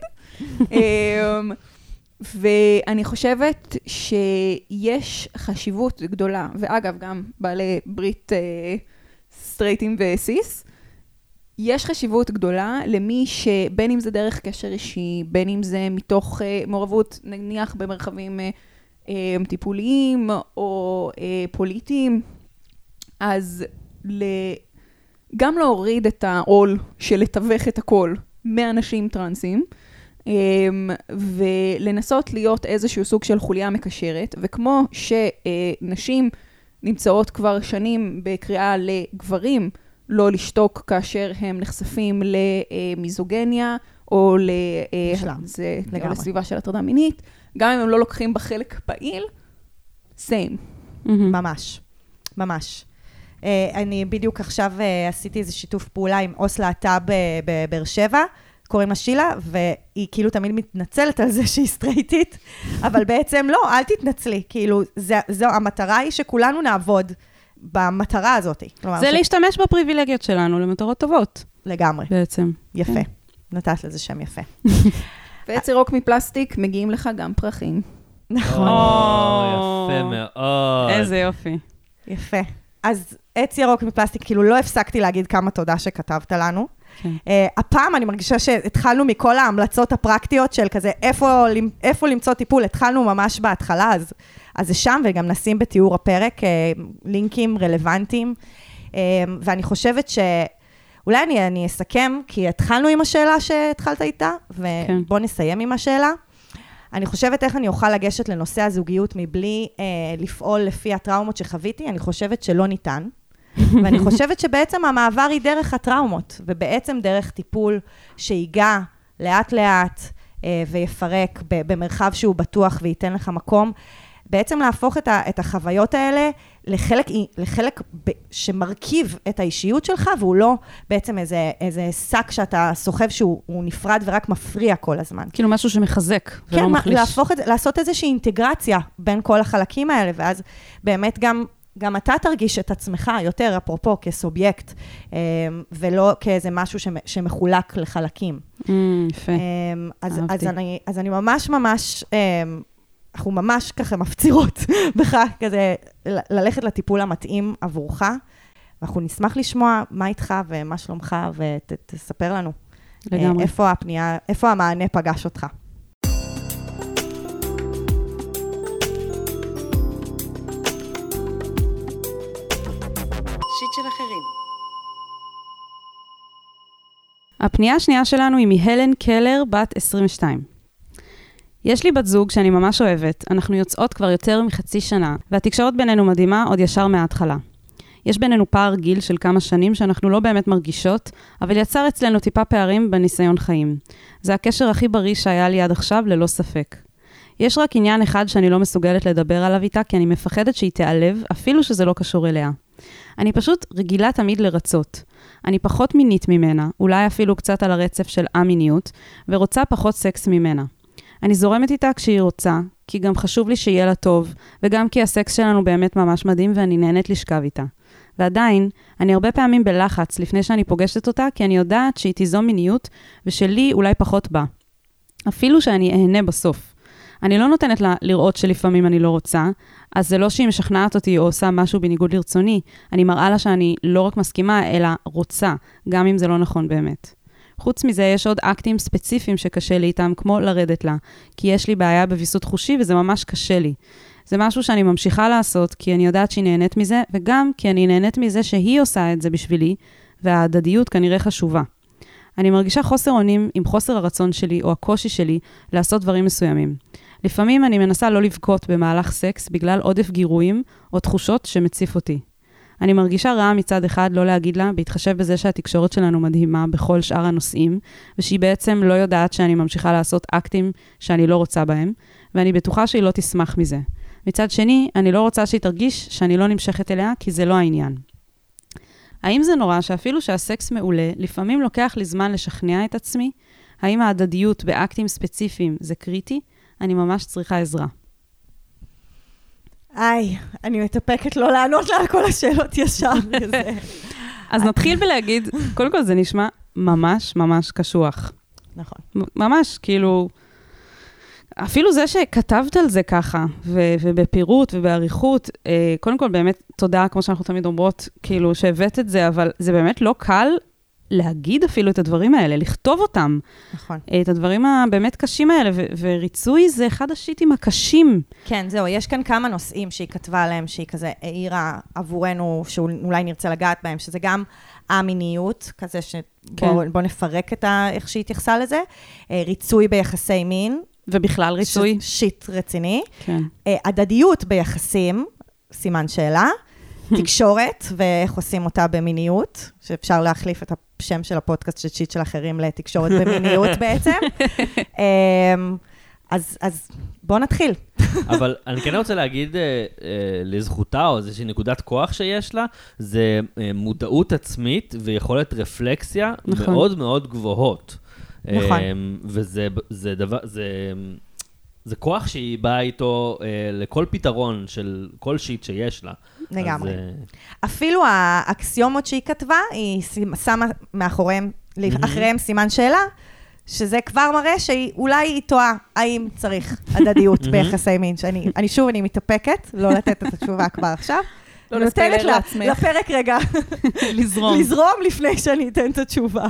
ואני חושבת שיש חשיבות גדולה, ואגב, גם בעלי ברית סטרייטים וסיס, יש חשיבות גדולה למי שבין אם זה דרך קשר אישי, בין אם זה מתוך מעורבות, נניח במרחבים טיפוליים או פוליטיים, אז גם להוריד את העול של לתווך את הכל מאנשים טרנסים, ולנסות להיות איזשהו סוג של חוליה מקשרת, וכמו שנשים נמצאות כבר שנים בקריאה לגברים לא לשתוק כאשר הם נחשפים למיזוגניה, או לסביבה של הטרדה מינית, גם אם הם לא לוקחים בחלק פעיל, same. ממש, ממש. אני בדיוק עכשיו עשיתי איזה שיתוף פעולה עם עו"ס להט"ב בבאר שבע, קוראים לה שילה, והיא כאילו תמיד מתנצלת על זה שהיא סטרייטית, אבל בעצם לא, אל תתנצלי, כאילו, זו המטרה היא שכולנו נעבוד במטרה הזאת. זה להשתמש בפריבילגיות שלנו למטרות טובות. לגמרי. בעצם. יפה. נתת לזה שם יפה. ועץ ירוק מפלסטיק מגיעים לך גם פרחים. נכון. יפה מאוד. איזה יופי. יפה. אז עץ ירוק מפלסטיק, כאילו לא הפסקתי להגיד כמה תודה שכתבת לנו. הפעם אני מרגישה שהתחלנו מכל ההמלצות הפרקטיות של כזה, איפה למצוא טיפול, התחלנו ממש בהתחלה, אז זה שם, וגם נשים בתיאור הפרק לינקים רלוונטיים, ואני חושבת שאולי אני אסכם, כי התחלנו עם השאלה שהתחלת איתה, ובוא נסיים עם השאלה. אני חושבת איך אני אוכל לגשת לנושא הזוגיות מבלי לפעול לפי הטראומות שחוויתי, אני חושבת שלא ניתן. ואני חושבת שבעצם המעבר היא דרך הטראומות, ובעצם דרך טיפול שיגע לאט לאט ויפרק במרחב שהוא בטוח וייתן לך מקום, בעצם להפוך את החוויות האלה לחלק שמרכיב את האישיות שלך, והוא לא בעצם איזה שק שאתה סוחב שהוא נפרד ורק מפריע כל הזמן. כאילו משהו שמחזק ולא מחליש. כן, לעשות איזושהי אינטגרציה בין כל החלקים האלה, ואז באמת גם אתה תרגיש את עצמך יותר, אפרופו, כסובייקט, ולא כאיזה משהו שמחולק לחלקים. יפה. אז אני ממש, אנחנו ממש ככה מפצירות בך, כזה ללכת לטיפול המתאים עבורך, ואנחנו נשמח לשמוע מה איתך ומה שלומך, ותספר לנו. לגמרי. איפה המענה פגש אותך. של אחרים. הפנייה השנייה שלנו היא מהלן קלר, בת 22. יש לי בת זוג שאני ממש אוהבת, אנחנו יוצאות כבר יותר מחצי שנה, והתקשורת בינינו מדהימה עוד ישר מההתחלה. יש בינינו פער גיל של כמה שנים שאנחנו לא באמת מרגישות, אבל יצר אצלנו טיפה פערים בניסיון חיים. זה הקשר הכי בריא שהיה לי עד עכשיו ללא ספק. יש רק עניין אחד שאני לא מסוגלת לדבר עליו איתה, כי אני מפחדת שהיא תיעלב, אפילו שזה לא קשור אליה. אני פשוט רגילה תמיד לרצות. אני פחות מינית ממנה, אולי אפילו קצת על הרצף של המיניות, ורוצה פחות סקס ממנה. אני זורמת איתה כשהיא רוצה, כי גם חשוב לי שיהיה לה טוב, וגם כי הסקס שלנו באמת ממש מדהים ואני נהנית לשכב איתה. ועדיין, אני הרבה פעמים בלחץ לפני שאני פוגשת אותה, כי אני יודעת שהיא תיזום מיניות, ושלי אולי פחות בה. אפילו שאני אהנה בסוף. אני לא נותנת לה לראות שלפעמים אני לא רוצה, אז זה לא שהיא משכנעת אותי או עושה משהו בניגוד לרצוני, אני מראה לה שאני לא רק מסכימה, אלא רוצה, גם אם זה לא נכון באמת. חוץ מזה, יש עוד אקטים ספציפיים שקשה לי איתם, כמו לרדת לה, כי יש לי בעיה בוויסות חושי וזה ממש קשה לי. זה משהו שאני ממשיכה לעשות, כי אני יודעת שהיא נהנית מזה, וגם כי אני נהנית מזה שהיא עושה את זה בשבילי, וההדדיות כנראה חשובה. אני מרגישה חוסר אונים עם חוסר הרצון שלי או הקושי שלי לעשות דברים מסוימים. לפעמים אני מנסה לא לבכות במהלך סקס בגלל עודף גירויים או תחושות שמציף אותי. אני מרגישה רעה מצד אחד לא להגיד לה, בהתחשב בזה שהתקשורת שלנו מדהימה בכל שאר הנושאים, ושהיא בעצם לא יודעת שאני ממשיכה לעשות אקטים שאני לא רוצה בהם, ואני בטוחה שהיא לא תשמח מזה. מצד שני, אני לא רוצה שהיא תרגיש שאני לא נמשכת אליה, כי זה לא העניין. האם זה נורא שאפילו שהסקס מעולה, לפעמים לוקח לי זמן לשכנע את עצמי? האם ההדדיות באקטים ספציפיים זה קריטי? אני ממש צריכה עזרה. אני מתאפקת לא לענות לה על כל השאלות ישר. אז נתחיל בלהגיד, קודם כל זה נשמע ממש ממש קשוח. נכון. ממש, כאילו, אפילו זה שכתבת על זה ככה, ובפירוט ובעריכות, קודם כל באמת תודה, כמו שאנחנו תמיד אומרות, כאילו שהבאת את זה, אבל זה באמת לא קל להגיד אפילו את הדברים האלה, לכתוב אותם. נכון. את הדברים הבאמת קשים האלה, וריצוי זה אחד השיטים הקשים. כן, זהו, יש כאן כמה נושאים שהיא כתבה עליהם, שהיא כזה העירה עבורנו, שאולי נרצה לגעת בהם, שזה גם המיניות, כזה שבוא נפרק איך שהיא התייחסה לזה, ריצוי ביחסי מין. ובכלל ריצוי. שיט רציני. כן. הדדיות ביחסים, סימן שאלה. תקשורת, ואיך עושים אותה במיניות, שאפשר להחליף את השם של הפודקאסט של שיט של אחרים לתקשורת במיניות בעצם. אז בואו נתחיל. אבל אני כן רוצה להגיד לזכותה, או איזושהי נקודת כוח שיש לה, זה מודעות עצמית ויכולת רפלקסיה מאוד מאוד גבוהות. נכון. וזה דבר, זה כוח שהיא באה איתו לכל פתרון של כל שיט שיש לה. לגמרי. אפילו האקסיומות שהיא כתבה, היא שמה אחריהם סימן שאלה, שזה כבר מראה שאולי היא טועה, האם צריך הדדיות ביחסי מין. אני מתאפקת, לא לתת את התשובה כבר עכשיו. לא נותנת לעצמך. לפרק רגע. לזרום לפני שאני אתן את התשובה.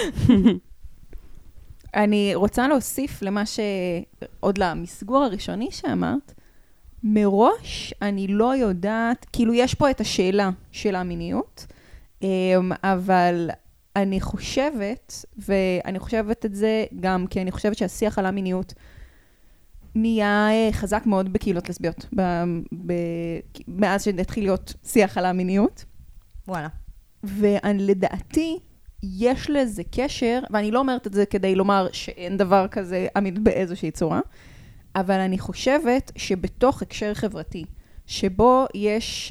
אני רוצה להוסיף למה שעוד למסגור הראשוני שאמרת, מראש אני לא יודעת, כאילו יש פה את השאלה של המיניות, אבל אני חושבת, ואני חושבת את זה גם כי אני חושבת שהשיח על המיניות נהיה חזק מאוד בקהילות לסביות, מאז שנתחיל להיות שיח על המיניות. וואלה. ולדעתי, יש לזה קשר, ואני לא אומרת את זה כדי לומר שאין דבר כזה אמין באיזושהי צורה, אבל אני חושבת שבתוך הקשר חברתי, שבו יש,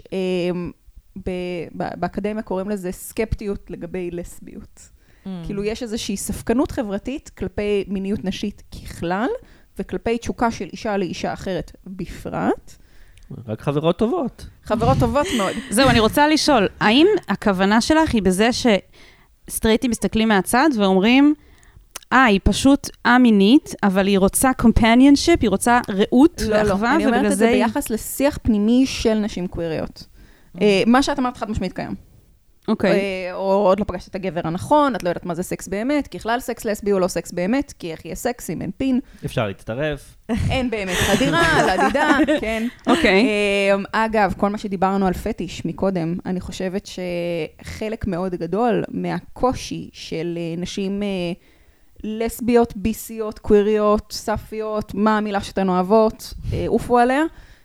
באקדמיה קוראים לזה סקפטיות לגבי לסביות. כאילו יש איזושהי ספקנות חברתית כלפי מיניות נשית ככלל, וכלפי תשוקה של אישה לאישה אחרת בפרט. רק חברות טובות. חברות טובות מאוד. זהו, אני רוצה לשאול, האם הכוונה שלך היא בזה שסטרייטים מסתכלים מהצד ואומרים, היא פשוט א-מינית, אבל היא רוצה companionship, היא רוצה רעות ואחווה, לא, אני אומרת את זה ביחס לשיח פנימי של נשים קוויריות. מה שאת אמרת חד משמעית קיים. אוקיי. או עוד לא פגשת את הגבר הנכון, את לא יודעת מה זה סקס באמת, כי בכלל סקס לסבי הוא לא סקס באמת, כי איך יהיה סקס אם אין פין. אפשר להצטרף. אין באמת חדירה, לדידה, כן. אוקיי. אגב, כל מה שדיברנו על פטיש מקודם, אני חושבת שחלק מאוד גדול מהקושי של נשים לסביות, ביסיות, קוויריות, ספיות, מה המילה שאתן אוהבות, אופו עליה,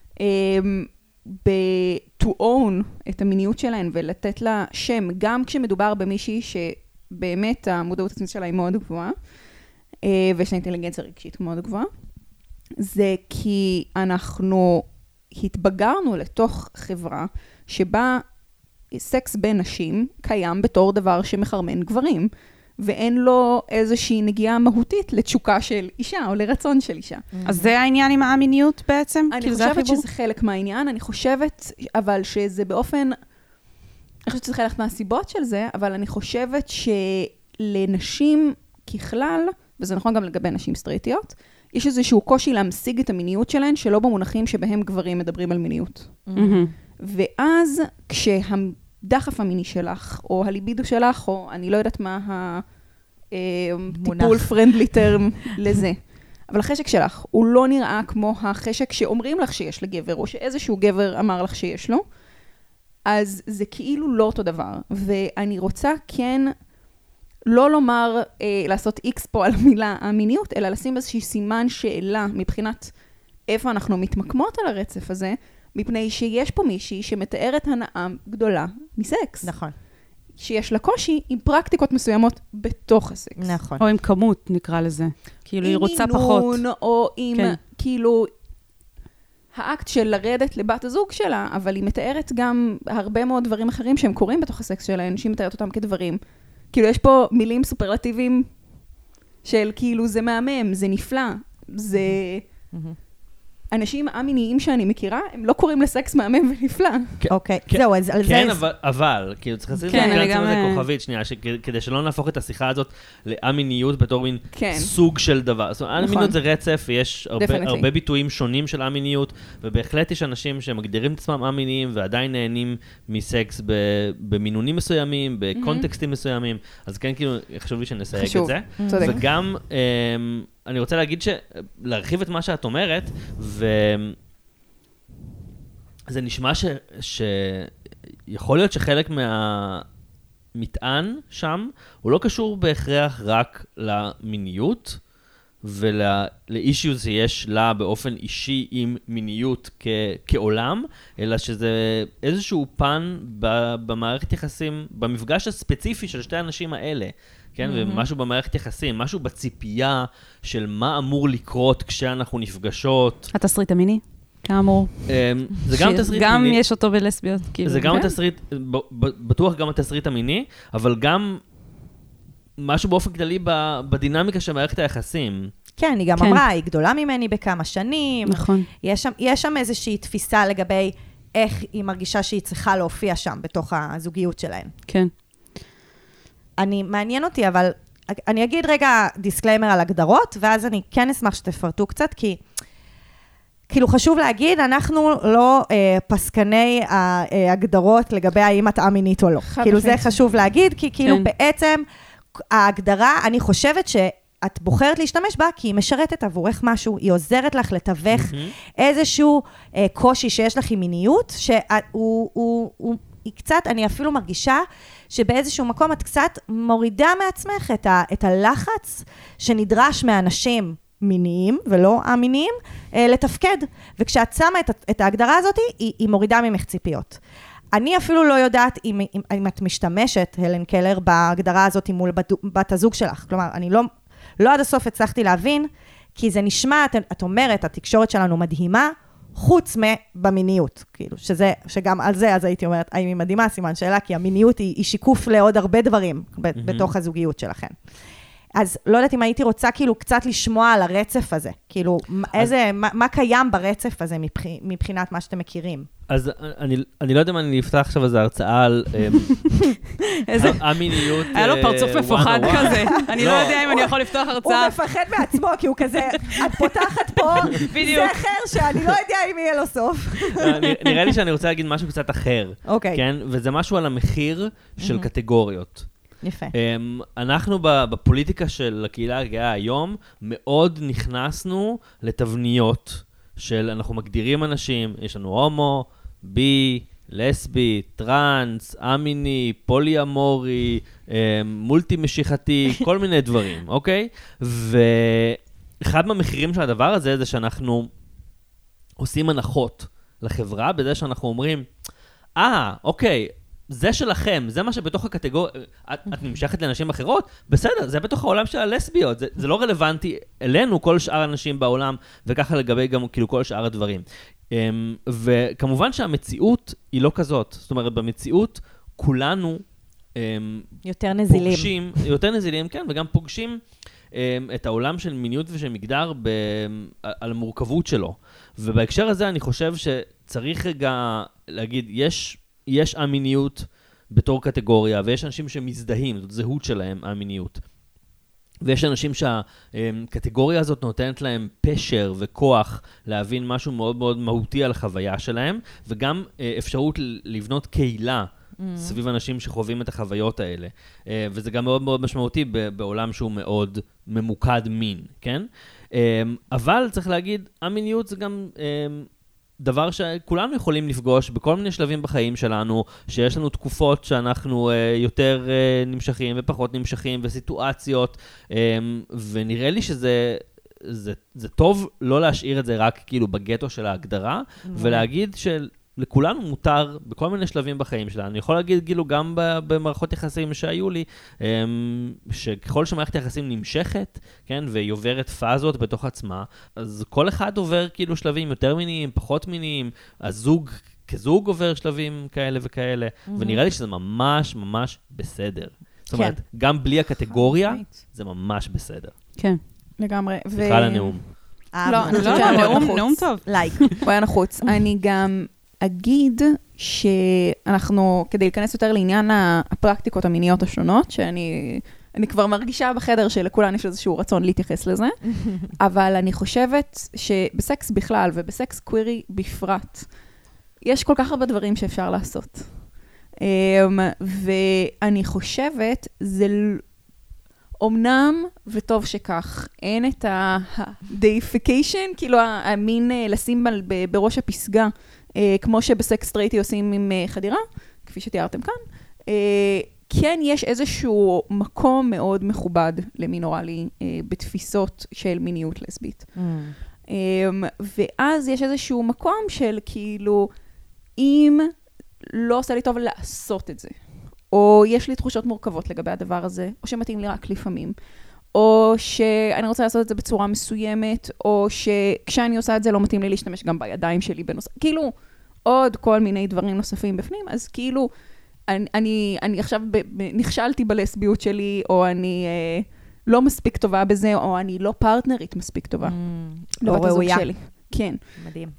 to own את המיניות שלהן ולתת לה שם, גם כשמדובר במישהי שבאמת המודעות עצמית שלה היא מאוד גבוהה, ויש לה אינטליגנציה רגשית מאוד גבוהה, זה כי אנחנו התבגרנו לתוך חברה שבה סקס בין נשים קיים בתור דבר שמחרמן גברים, ואין לו איזושהי נגיעה מהותית לתשוקה של אישה, או לרצון של אישה. אז זה העניין עם המיניות בעצם? אני חושבת שזה חלק מהעניין, אני חושבת, אבל שזה באופן, אני חושבת שזה חלק מהסיבות של זה, אבל אני חושבת שלנשים ככלל, וזה נכון גם לגבי נשים סטרייטיות, יש איזשהו קושי להמשיג את המיניות שלהן, שלא במונחים שבהם גברים מדברים על מיניות. ואז כשהדחף המיני שלך, או הליבידו שלך, או אני לא יודעת מה הטיפול פרנדלי טרם לזה, אבל החשק שלך הוא לא נראה כמו החשק שאומרים לך שיש לגבר, או שאיזשהו גבר אמר לך שיש לו, אז זה כאילו לא אותו דבר. ואני רוצה כן לא לומר, לעשות איקס פה על המילה המיניות, אלא לשים איזושהי סימן שאלה מבחינת איפה אנחנו מתמקמות על הרצף הזה, מפני שיש פה מישהי שמתארת הנאה גדולה מסקס. נכון. שיש לה קושי עם פרקטיקות מסוימות בתוך הסקס. נכון. או עם כמות, נקרא לזה. כאילו, היא רוצה פחות. עם מינון, או עם, כאילו, האקט של לרדת לבת הזוג שלה, אבל היא מתארת גם הרבה מאוד דברים אחרים שהם קורים בתוך הסקס שלה, אנשים מתארת אותם כדברים. כאילו, יש פה מילים סופרלטיביים של כאילו, זה מהמם, זה נפלא, זה... אנשים המיניים שאני מכירה, הם לא קוראים לסקס מהמם ונפלא. אוקיי, זהו, אז על זה... כן, אבל, כאילו צריך לשים לזה כוכבית שנייה, כדי שלא נהפוך את השיחה הזאת לאמיניות בתור מין סוג של דבר. זאת אומרת, אמיניות זה רצף, ויש הרבה ביטויים שונים של אמיניות, ובהחלט יש אנשים שמגדירים את עצמם אמיניים, ועדיין נהנים מסקס במינונים מסוימים, בקונטקסטים מסוימים, אז כן, כאילו, חשוב לי שנסייג את זה. וגם... אני רוצה להגיד להרחיב את מה שאת אומרת, וזה נשמע שיכול להיות שחלק מהמטען שם, הוא לא קשור בהכרח רק למיניות, ולאישיוז שיש לה באופן אישי עם מיניות כעולם, אלא שזה איזשהו פן במערכת יחסים, במפגש הספציפי של שתי האנשים האלה. כן, ומשהו במערכת יחסים, משהו בציפייה של מה אמור לקרות כשאנחנו נפגשות. התסריט המיני, כאמור. זה גם תסריט גם מיני. יש אותו בלסביות. זה גם התסריט, בטוח גם התסריט המיני, אבל גם משהו באופן כללי בדינמיקה של מערכת היחסים. כן, היא גם אמרה, היא גדולה ממני בכמה שנים. נכון. יש שם איזושהי תפיסה לגבי איך היא מרגישה שהיא צריכה להופיע שם, בתוך הזוגיות שלהן. כן. מעניין אותי, אבל אני אגיד רגע דיסקליימר על הגדרות, ואז אני כן אשמח שתפרטו קצת, כי כאילו חשוב להגיד, אנחנו לא פסקני ההגדרות לגבי האם את אמינית או לא. כאילו זה חשוב להגיד, כי כאילו בעצם ההגדרה, אני חושבת שאת בוחרת להשתמש בה, כי היא משרתת עבורך משהו, היא עוזרת לך לתווך איזשהו קושי שיש לך עם מיניות, היא קצת, אני אפילו מרגישה שבאיזשהו מקום את קצת מורידה מעצמך את הלחץ שנדרש מאנשים מיניים ולא המיניים לתפקד. וכשאת שמה את ההגדרה הזאת, היא מורידה ממך ציפיות. אני אפילו לא יודעת אם את משתמשת, הלן קלר, בהגדרה הזאת מול בת הזוג שלך. כלומר, אני לא עד הסוף הצלחתי להבין, כי זה נשמע, את אומרת, התקשורת שלנו מדהימה, חוץ מבמיניות, כאילו, שגם על זה, אז הייתי אומרת, האם היא מדהימה, סימן שאלה, כי המיניות היא שיקוף לעוד הרבה דברים בתוך הזוגיות שלכם. אז לא יודעת אם הייתי רוצה כאילו קצת לשמוע על הרצף הזה, כאילו, מה קיים ברצף הזה מבחינת מה שאתם מכירים? אז אני לא יודע אם אני אפתח עכשיו איזו הרצאה על המיניות. היה לו פרצוף מפוחד כזה. אני לא יודע אם אני יכול לפתוח הרצאה. הוא מפחד מעצמו, כי הוא כזה, את פותחת פה, זכר שאני לא יודע אם יהיה לו סוף. נראה לי שאני רוצה להגיד משהו קצת אחר. כן? וזה משהו על המחיר של קטגוריות. יפה. אנחנו בפוליטיקה של הקהילה הגאה היום, מאוד נכנסנו לתבניות של אנחנו מגדירים אנשים, יש לנו הומו, בי, לסבי, טרנס, אמיני, פולי-אמורי, מולטי-משיכתי, כל מיני דברים, אוקיי? ואחד מהמחירים של הדבר הזה זה שאנחנו עושים הנחות לחברה, בזה שאנחנו אומרים, אוקיי, זה שלכם, זה מה שבתוך הקטגוריה, את נמשכת לנשים אחרות, בסדר, זה בתוך העולם של הלסביות, זה לא רלוונטי אלינו, כל שאר האנשים בעולם, וככה לגבי גם כאילו כל שאר הדברים. וכמובן שהמציאות היא לא כזאת, זאת אומרת, במציאות כולנו יותר נזילים. פוגשים, יותר נזילים, כן, וגם פוגשים את העולם של מיניות ושל מגדר על המורכבות שלו. ובהקשר הזה אני חושב שצריך רגע להגיד, יש המיניות בתור קטגוריה, ויש אנשים שמזדהים, זאת זהות שלהם, המיניות. ויש אנשים שהקטגוריה הזאת נותנת להם פשר וכוח להבין משהו מאוד מאוד מהותי על החוויה שלהם, וגם אפשרות לבנות קהילה סביב אנשים שחווים את החוויות האלה. וזה גם מאוד מאוד משמעותי בעולם שהוא מאוד ממוקד מין, כן? אבל צריך להגיד, המיניות זה גם דבר שכולנו יכולים לפגוש בכל מיני שלבים בחיים שלנו, שיש לנו תקופות שאנחנו יותר נמשכים ופחות נמשכים, וסיטואציות, ונראה לי שזה טוב לא להשאיר את זה רק כאילו בגטו של ההגדרה, ולהגיד לכולנו מותר בכל מיני שלבים בחיים שלנו. אני יכול להגיד כאילו גם במערכות יחסים שהיו לי, שככל שמערכת יחסים נמשכת, כן, והיא עוברת פאזות בתוך עצמה, אז כל אחד עובר כאילו שלבים יותר מיניים, פחות מיניים, הזוג כזוג עובר שלבים כאלה וכאלה, ונראה לי שזה ממש ממש בסדר. זאת אומרת, גם בלי הקטגוריה, זה ממש בסדר. כן, לגמרי. סליחה על הנאום. לא, אני חושבת שהיה נאום טוב. לייק. הוא היה נחוץ. אני גם אגיד שאנחנו, כדי להיכנס יותר לעניין הפרקטיקות המיניות השונות, שאני כבר מרגישה בחדר שלכולן יש איזשהו רצון להתייחס לזה, אבל אני חושבת שבסקס בכלל ובסקס קווירי בפרט, יש כל כך הרבה דברים שאפשר לעשות. ואני חושבת, זה אומנם, וטוב שכך, אין את ה-deification, כאילו המין לשים בראש הפסגה, כמו שבסקס סטרייטי עושים עם חדירה, כפי שתיארתם כאן, כן יש איזשהו מקום מאוד מכובד למין אוראלי בתפיסות של מיניות לסבית. ואז יש איזשהו מקום של כאילו, אם לא עושה לי טוב לעשות את זה, או יש לי תחושות מורכבות לגבי הדבר הזה, או שמתאים לי רק לפעמים, או שאני רוצה לעשות את זה בצורה מסוימת, או שכשאני עושה את זה לא מתאים לי להשתמש גם בידיים שלי בנוסף, כאילו עוד כל מיני דברים נוספים בפנים, אז כאילו אני עכשיו נכשלתי בלסביות שלי, או אני לא מספיק טובה בזה, או אני לא פרטנרית מספיק טובה. לא ראויה. כן. מדהים.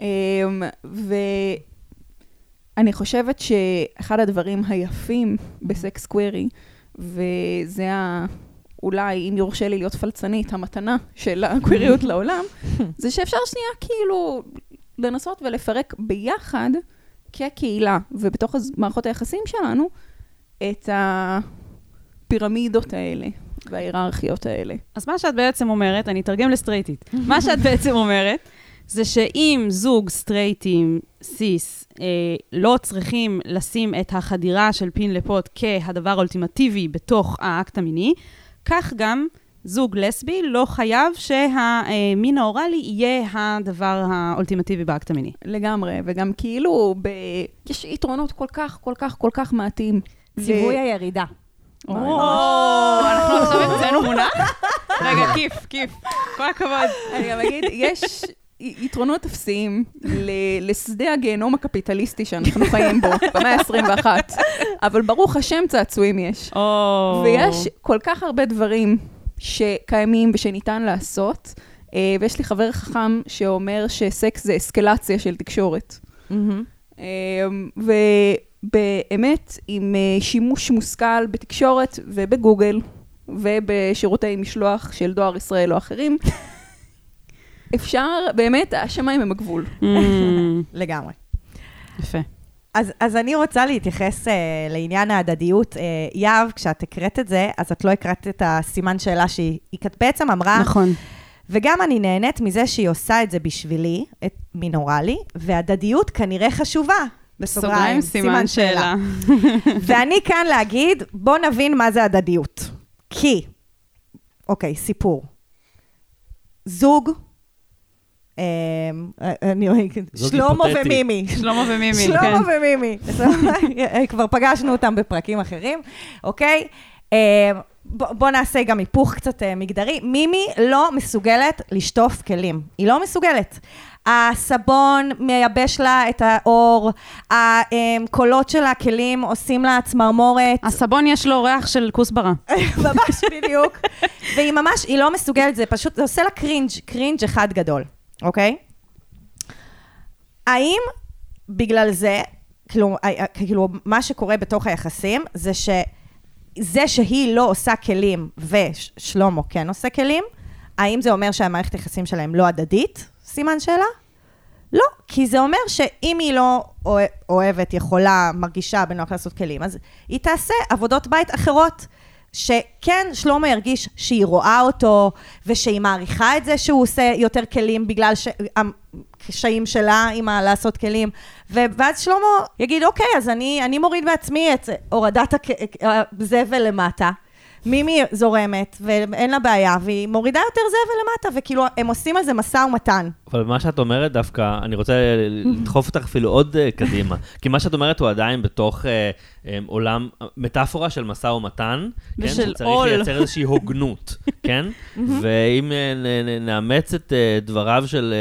אני חושבת שאחד הדברים היפים בסקס קווירי, וזה אולי, אם יורשה לי להיות פלצנית, המתנה של הקוויריות לעולם, זה שאפשר שנייה כאילו לנסות ולפרק ביחד כקהילה, ובתוך מערכות היחסים שלנו, את הפירמידות האלה וההיררכיות האלה. אז מה שאת בעצם אומרת, אני אתרגם לסטרייטית, מה שאת בעצם אומרת, זה שאם זוג סטרייטים, סיס, לא צריכים לשים את החדירה של פין לפוט כהדבר האולטימטיבי בתוך האקט המיני, כך גם זוג לסבי לא חייב שהמין האורלי יהיה הדבר האולטימטיבי באקט המיני. לגמרי, וגם כאילו יש יתרונות כל כך מעטים. ציווי הירידה. אנחנו עכשיו אצלנו מונח? רגע, כיף, כל הכבוד. אני גם אגיד, יש יתרונות אפסיים לשדה הגיהנום הקפיטליסטי שאנחנו חיים בו, במאה ה-21, אבל ברוך השם צעצועים יש. ויש כל כך הרבה דברים שקיימים ושניתן לעשות, ויש לי חבר חכם שאומר שסקס זה אסקלציה של תקשורת. ובאמת, עם שימוש מושכל בתקשורת ובגוגל, ובשירותי משלוח של דואר ישראל או אחרים, אפשר, באמת, השמיים הם הגבול. לגמרי. יפה. אז אני רוצה להתייחס לעניין ההדדיות. יאב, כשאת הקראת את זה, אז את לא הקראת את הסימן שאלה שהיא בעצם אמרה. נכון. וגם אני נהנית מזה שהיא עושה את זה בשבילי, את מינורלי, והדדיות כנראה חשובה. בסוגריים, סימן שאלה. ואני כאן להגיד, בוא נבין מה זה הדדיות. כי, אוקיי, סיפור. זוג, שלמה ומימי. שלמה ומימי, כן. שלמה ומימי. כבר פגשנו אותם בפרקים אחרים, אוקיי? בוא נעשה גם היפוך קצת מגדרי. מימי לא מסוגלת לשטוף כלים. היא לא מסוגלת. הסבון מייבש לה את האור, הקולות של הכלים עושים לה צמרמורת. הסבון יש לו ריח של כוסברה. ממש בדיוק. והיא ממש, היא לא מסוגלת, זה פשוט, זה עושה לה קרינג' אחד גדול, אוקיי? האם בגלל זה, כאילו מה שקורה בתוך היחסים, זה שהיא לא עושה כלים, ושלמה כן עושה כלים, האם זה אומר שהמערכת היחסים שלהם לא הדדית? סימן שאלה? לא, כי זה אומר שאם היא לא אוהבת, יכולה, מרגישה בנוח לעשות כלים, אז היא תעשה עבודות בית אחרות, שכן שלמה ירגיש שהיא רואה אותו, ושהיא מעריכה את זה שהוא עושה יותר כלים, בגלל הקשיים שלה עם לעשות כלים, ואז שלמה יגיד, אוקיי, אז אני מוריד בעצמי את הורדת הזבל למטה, מימי זורמת, ואין לה בעיה, והיא מורידה יותר זבל למטה, וכאילו הם עושים על זה מסע ומתן. אבל מה שאת אומרת דווקא, אני רוצה לדחוף אותך אפילו עוד קדימה, כי מה שאת אומרת הוא עדיין בתוך עולם, מטאפורה של מסע ומתן, כן? שצריך לייצר איזושהי הוגנות, כן? ואם נאמץ את דבריו של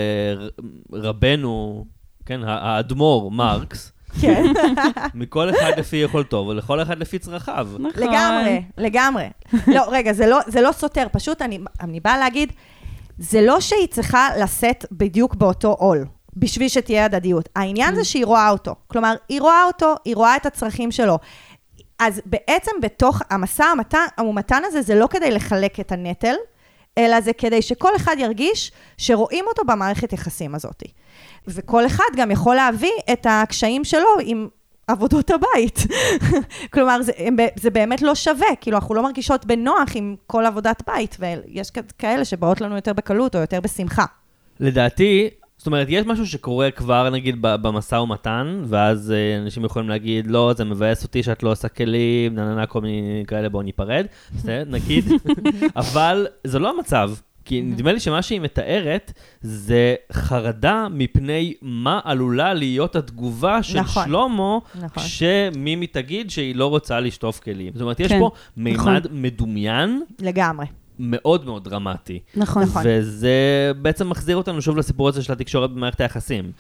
רבנו, כן, האדמו"ר מרקס, כן. מכל אחד לפי יכולתו, ולכל אחד לפי צרכיו. לגמרי. לא, רגע, זה לא סותר, פשוט אני באה להגיד, זה לא שהיא צריכה לשאת בדיוק באותו עול, בשביל שתהיה הדדיות. העניין זה שהיא רואה אותו. כלומר, היא רואה אותו, היא רואה את הצרכים שלו. אז בעצם בתוך המסע המתן הזה, זה לא כדי לחלק את הנטל, אלא זה כדי שכל אחד ירגיש שרואים אותו במערכת יחסים הזאת. וכל אחד גם יכול להביא את הקשיים שלו עם עבודות הבית. כלומר, זה באמת לא שווה, כאילו אנחנו לא מרגישות בנוח עם כל עבודת בית, ויש כאלה שבאות לנו יותר בקלות או יותר בשמחה. לדעתי, זאת אומרת, יש משהו שקורה כבר, נגיד, במשא ומתן, ואז אנשים יכולים להגיד, לא, זה מבאס אותי שאת לא עושה כלים, כל מיני כאלה, בואו ניפרד, נגיד, אבל זה לא המצב. כי נדמה לי שמה שהיא מתארת זה חרדה מפני מה עלולה להיות התגובה של שלמה, כשמימי תגיד שהיא לא רוצה לשטוף כלים. זאת אומרת, יש פה מימד מדומיין. לגמרי. מאוד מאוד דרמטי. נכון. וזה בעצם מחזיר אותנו שוב לסיפור הזה של התקשורת במערכת היחסים.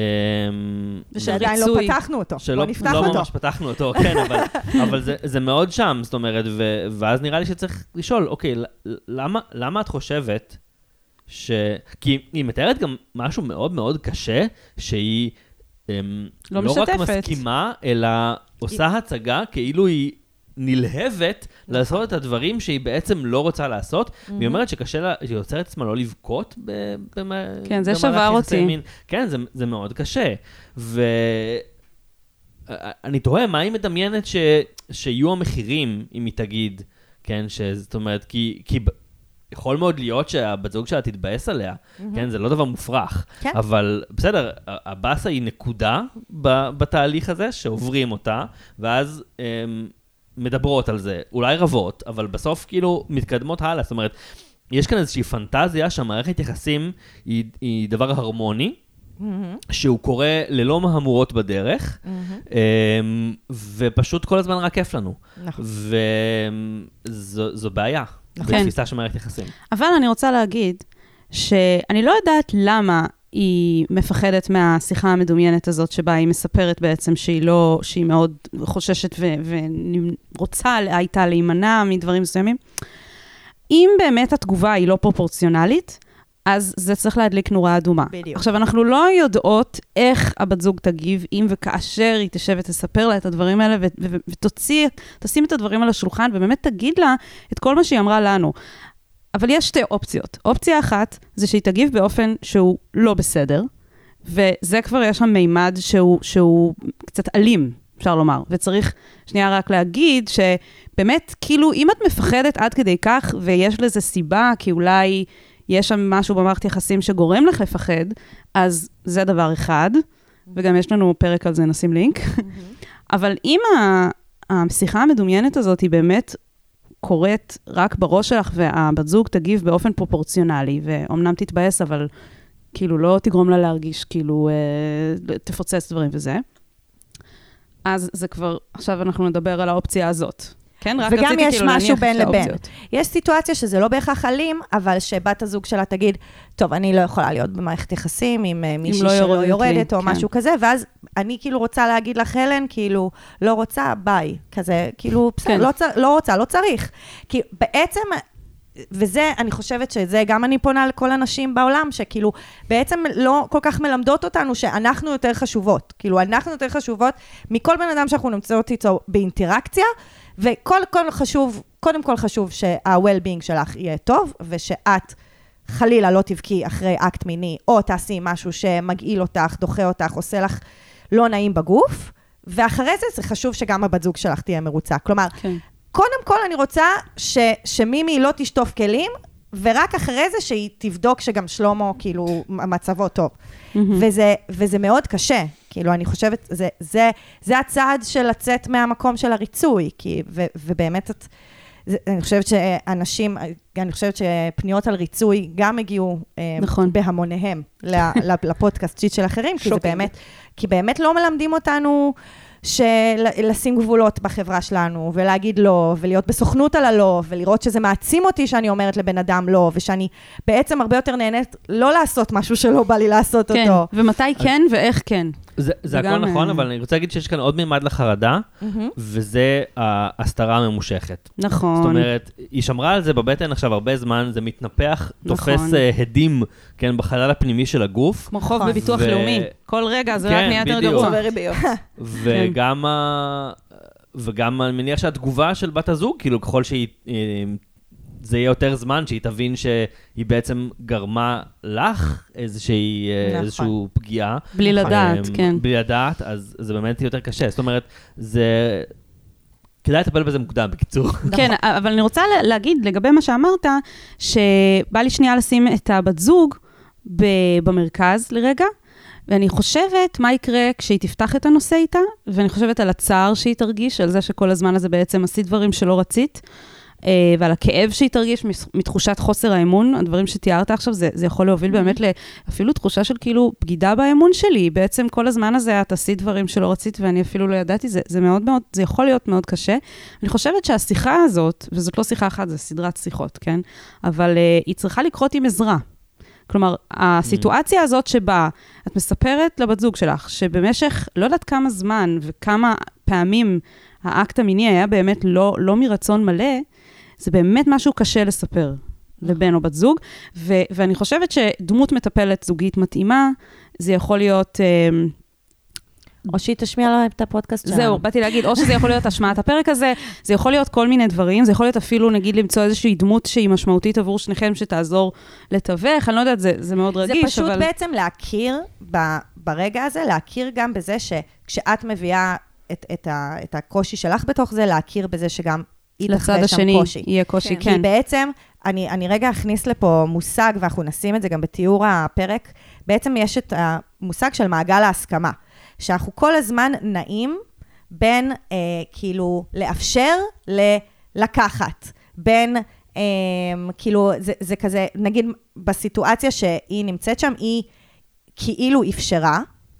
ושעדיין לא פתחנו אותו. בוא נפתח אותו. לא ממש פתחנו אותו, כן, אבל זה מאוד שם, זאת אומרת, ואז נראה לי שצריך לשאול, אוקיי, למה את חושבת כי היא מתארת גם משהו מאוד מאוד קשה, שהיא לא רק מסכימה, אלא עושה הצגה כאילו היא נלהבת לעשות את הדברים שהיא בעצם לא רוצה לעשות, והיא אומרת שקשה לה, שהיא יוצרת עצמה לא לבכות כן, זה שבר אותי. כן, זה מאוד קשה. ואני תוהה, מה היא מדמיינת שיהיו המחירים, אם היא תגיד, כן, זאת אומרת, כי יכול מאוד להיות שהבת זוג שלה תתבאס עליה, כן, זה לא דבר מופרך, אבל בסדר, הבאסה היא נקודה בתהליך הזה, שעוברים אותה, ואז מדברות על זה, אולי רבות, אבל בסוף כאילו מתקדמות הלאה, זאת אומרת, יש כאן איזושהי פנטזיה שהמערכת יחסים היא דבר הרמוני, שהוא קורה ללא מהמורות בדרך, ופשוט כל הזמן רק כיף לנו. וזו בעיה, בתפיסה של מערכת יחסים. אבל אני רוצה להגיד, שאני לא יודעת למה היא מפחדת מהשיחה המדומיינת הזאת, שבה היא מספרת בעצם שהיא מאוד חוששת ורוצה הייתה להימנע מדברים מסוימים. אם באמת התגובה היא לא פרופורציונלית, אז זה צריך להדליק נורה אדומה. בדיוק. עכשיו, אנחנו לא יודעות איך הבת זוג תגיב, אם וכאשר היא תשב ותספר לה את הדברים האלה, תשים את הדברים על השולחן, ובאמת תגיד לה את כל מה שהיא אמרה לנו. אבל יש שתי אופציות. אופציה אחת, זה שהיא תגיב באופן שהוא לא בסדר, וזה כבר יש שם מימד שהוא קצת אלים, אפשר לומר. וצריך שנייה רק להגיד שבאמת, כאילו, אם את מפחדת עד כדי כך, ויש לזה סיבה, כי אולי יש שם משהו במערכת יחסים שגורם לך לפחד, אז זה דבר אחד, וגם יש לנו פרק על זה, נשים לינק. אבל אם השיחה המדומיינת הזאת היא באמת קורית רק בראש שלך, והבת זוג תגיב באופן פרופורציונלי, ואומנם תתבאס, אבל כאילו לא תגרום לה להרגיש, כאילו תפוצץ דברים וזה. אז זה כבר, עכשיו אנחנו נדבר על האופציה הזאת. כן, רק וגם רציתי יש כאילו משהו להניח בין את לבין. האופציות. יש סיטואציה שזה לא בהכרח אלים, אבל שבת הזוג שלה תגיד, טוב, אני לא יכולה להיות במערכת יחסים עם מישהי לא שלא יורדת יורדת לי, או כן. משהו כזה, ואז אני כאילו רוצה להגיד לך, הלן, כאילו, לא רוצה, ביי. כזה, כאילו, כן. לא רוצה, לא צריך. כי בעצם, וזה, אני חושבת שזה, גם אני פונה לכל הנשים בעולם, שכאילו, בעצם לא כל כך מלמדות אותנו שאנחנו יותר חשובות. כאילו, אנחנו יותר חשובות מכל בן אדם שאנחנו נמצאות איתו באינטראקציה, קודם כל חשוב שה-well-being שלך יהיה טוב, ושאת חלילה לא תבכי אחרי אקט מיני, או תעשי משהו שמגעיל אותך, דוחה אותך, עושה לך לא נעים בגוף, ואחרי זה חשוב שגם הבת זוג שלך תהיה מרוצה. כלומר, כן. קודם כל אני רוצה שמימי לא תשטוף כלים, ורק אחרי זה שהיא תבדוק שגם שלמה, כאילו, מצבו טוב. וזה מאוד קשה. כאילו, אני חושבת, זה הצעד של לצאת מהמקום של הריצוי, ובאמת, אני חושבת שאנשים, אני חושבת שפניות על ריצוי גם הגיעו בהמוניהם לפודקאסט שיט של אחרים, כי באמת לא מלמדים אותנו לשים גבולות בחברה שלנו, ולהגיד לא, ולהיות בסוכנות על הלא, ולראות שזה מעצים אותי שאני אומרת לבן אדם לא, ושאני בעצם הרבה יותר נהנית לא לעשות משהו שלא בא לי לעשות כן, אותו. ומתי כן ואיך כן. זה הכל נכון, אבל אני רוצה להגיד שיש כאן עוד מימד לחרדה, וזה ההסתרה הממושכת. נכון. זאת אומרת, היא שמרה על זה בבטן עכשיו הרבה זמן, זה מתנפח, תופס הדים, כן, בחלל הפנימי של הגוף. כמו חוב בביטוח לאומי. כל רגע זה רק נהיה יותר גרוע. וגם אני מניח שהתגובה של בת הזוג, כאילו ככל שהיא... זה יהיה יותר זמן שהיא תבין שהיא בעצם גרמה לך איזשהו פגיעה. בלי לדעת, כן. בלי לדעת, אז זה באמת יותר קשה. זאת אומרת, זה... כדאי לטפל בזה מוקדם, בקיצור. כן, אבל אני רוצה להגיד לגבי מה שאמרת, שבא לי שנייה לשים את הבת זוג במרכז לרגע, ואני חושבת מה יקרה כשהיא תפתח את הנושא איתה, ואני חושבת על הצער שהיא תרגיש, על זה שכל הזמן הזה בעצם עשית דברים שלא רצית, ועל הכאב שהיא תרגיש מתחושת חוסר האמון, הדברים שתיארת עכשיו, זה יכול להוביל באמת אפילו תחושה של כאילו בגידה באמון שלי, בעצם כל הזמן הזה את עשית דברים שלא רצית, ואני אפילו לא ידעתי, זה מאוד מאוד, זה יכול להיות מאוד קשה. אני חושבת שהשיחה הזאת, וזאת לא שיחה אחת, זה סדרת שיחות, כן? אבל היא צריכה לקרות עם עזרה. כלומר, הסיטואציה הזאת שבה את מספרת לבת זוג שלך, שבמשך לא יודעת כמה זמן וכמה פעמים האקט המיני היה באמת לא מרצון מלא, זה באמת משהו קשה לספר לבן או בת זוג, ואני חושבת שדמות מטפלת זוגית מתאימה, זה יכול להיות... או שהיא תשמיע לה את הפודקאסט שלנו. זהו, באתי להגיד, או שזה יכול להיות השמעת הפרק הזה, זה יכול להיות כל מיני דברים, זה יכול להיות אפילו, נגיד, למצוא איזושהי דמות שהיא משמעותית עבור שניכם, שתעזור לתווך, אני לא יודעת, זה מאוד רגיש, זה פשוט בעצם להכיר ברגע הזה, להכיר גם בזה שכשאת מביאה את הקושי שלך בתוך זה, להכיר בזה שגם לצד השני יהיה קושי, כן. כי בעצם, אני רגע אכניס לפה מושג, ואנחנו נשים את זה גם בתיאור הפרק, בעצם יש את המושג של מעגל ההסכמה, שאנחנו כל הזמן נעים בין, כאילו, לאפשר לקחת, בין, כאילו, זה כזה, נגיד, בסיטואציה שהיא נמצאת שם, היא כאילו אפשרה,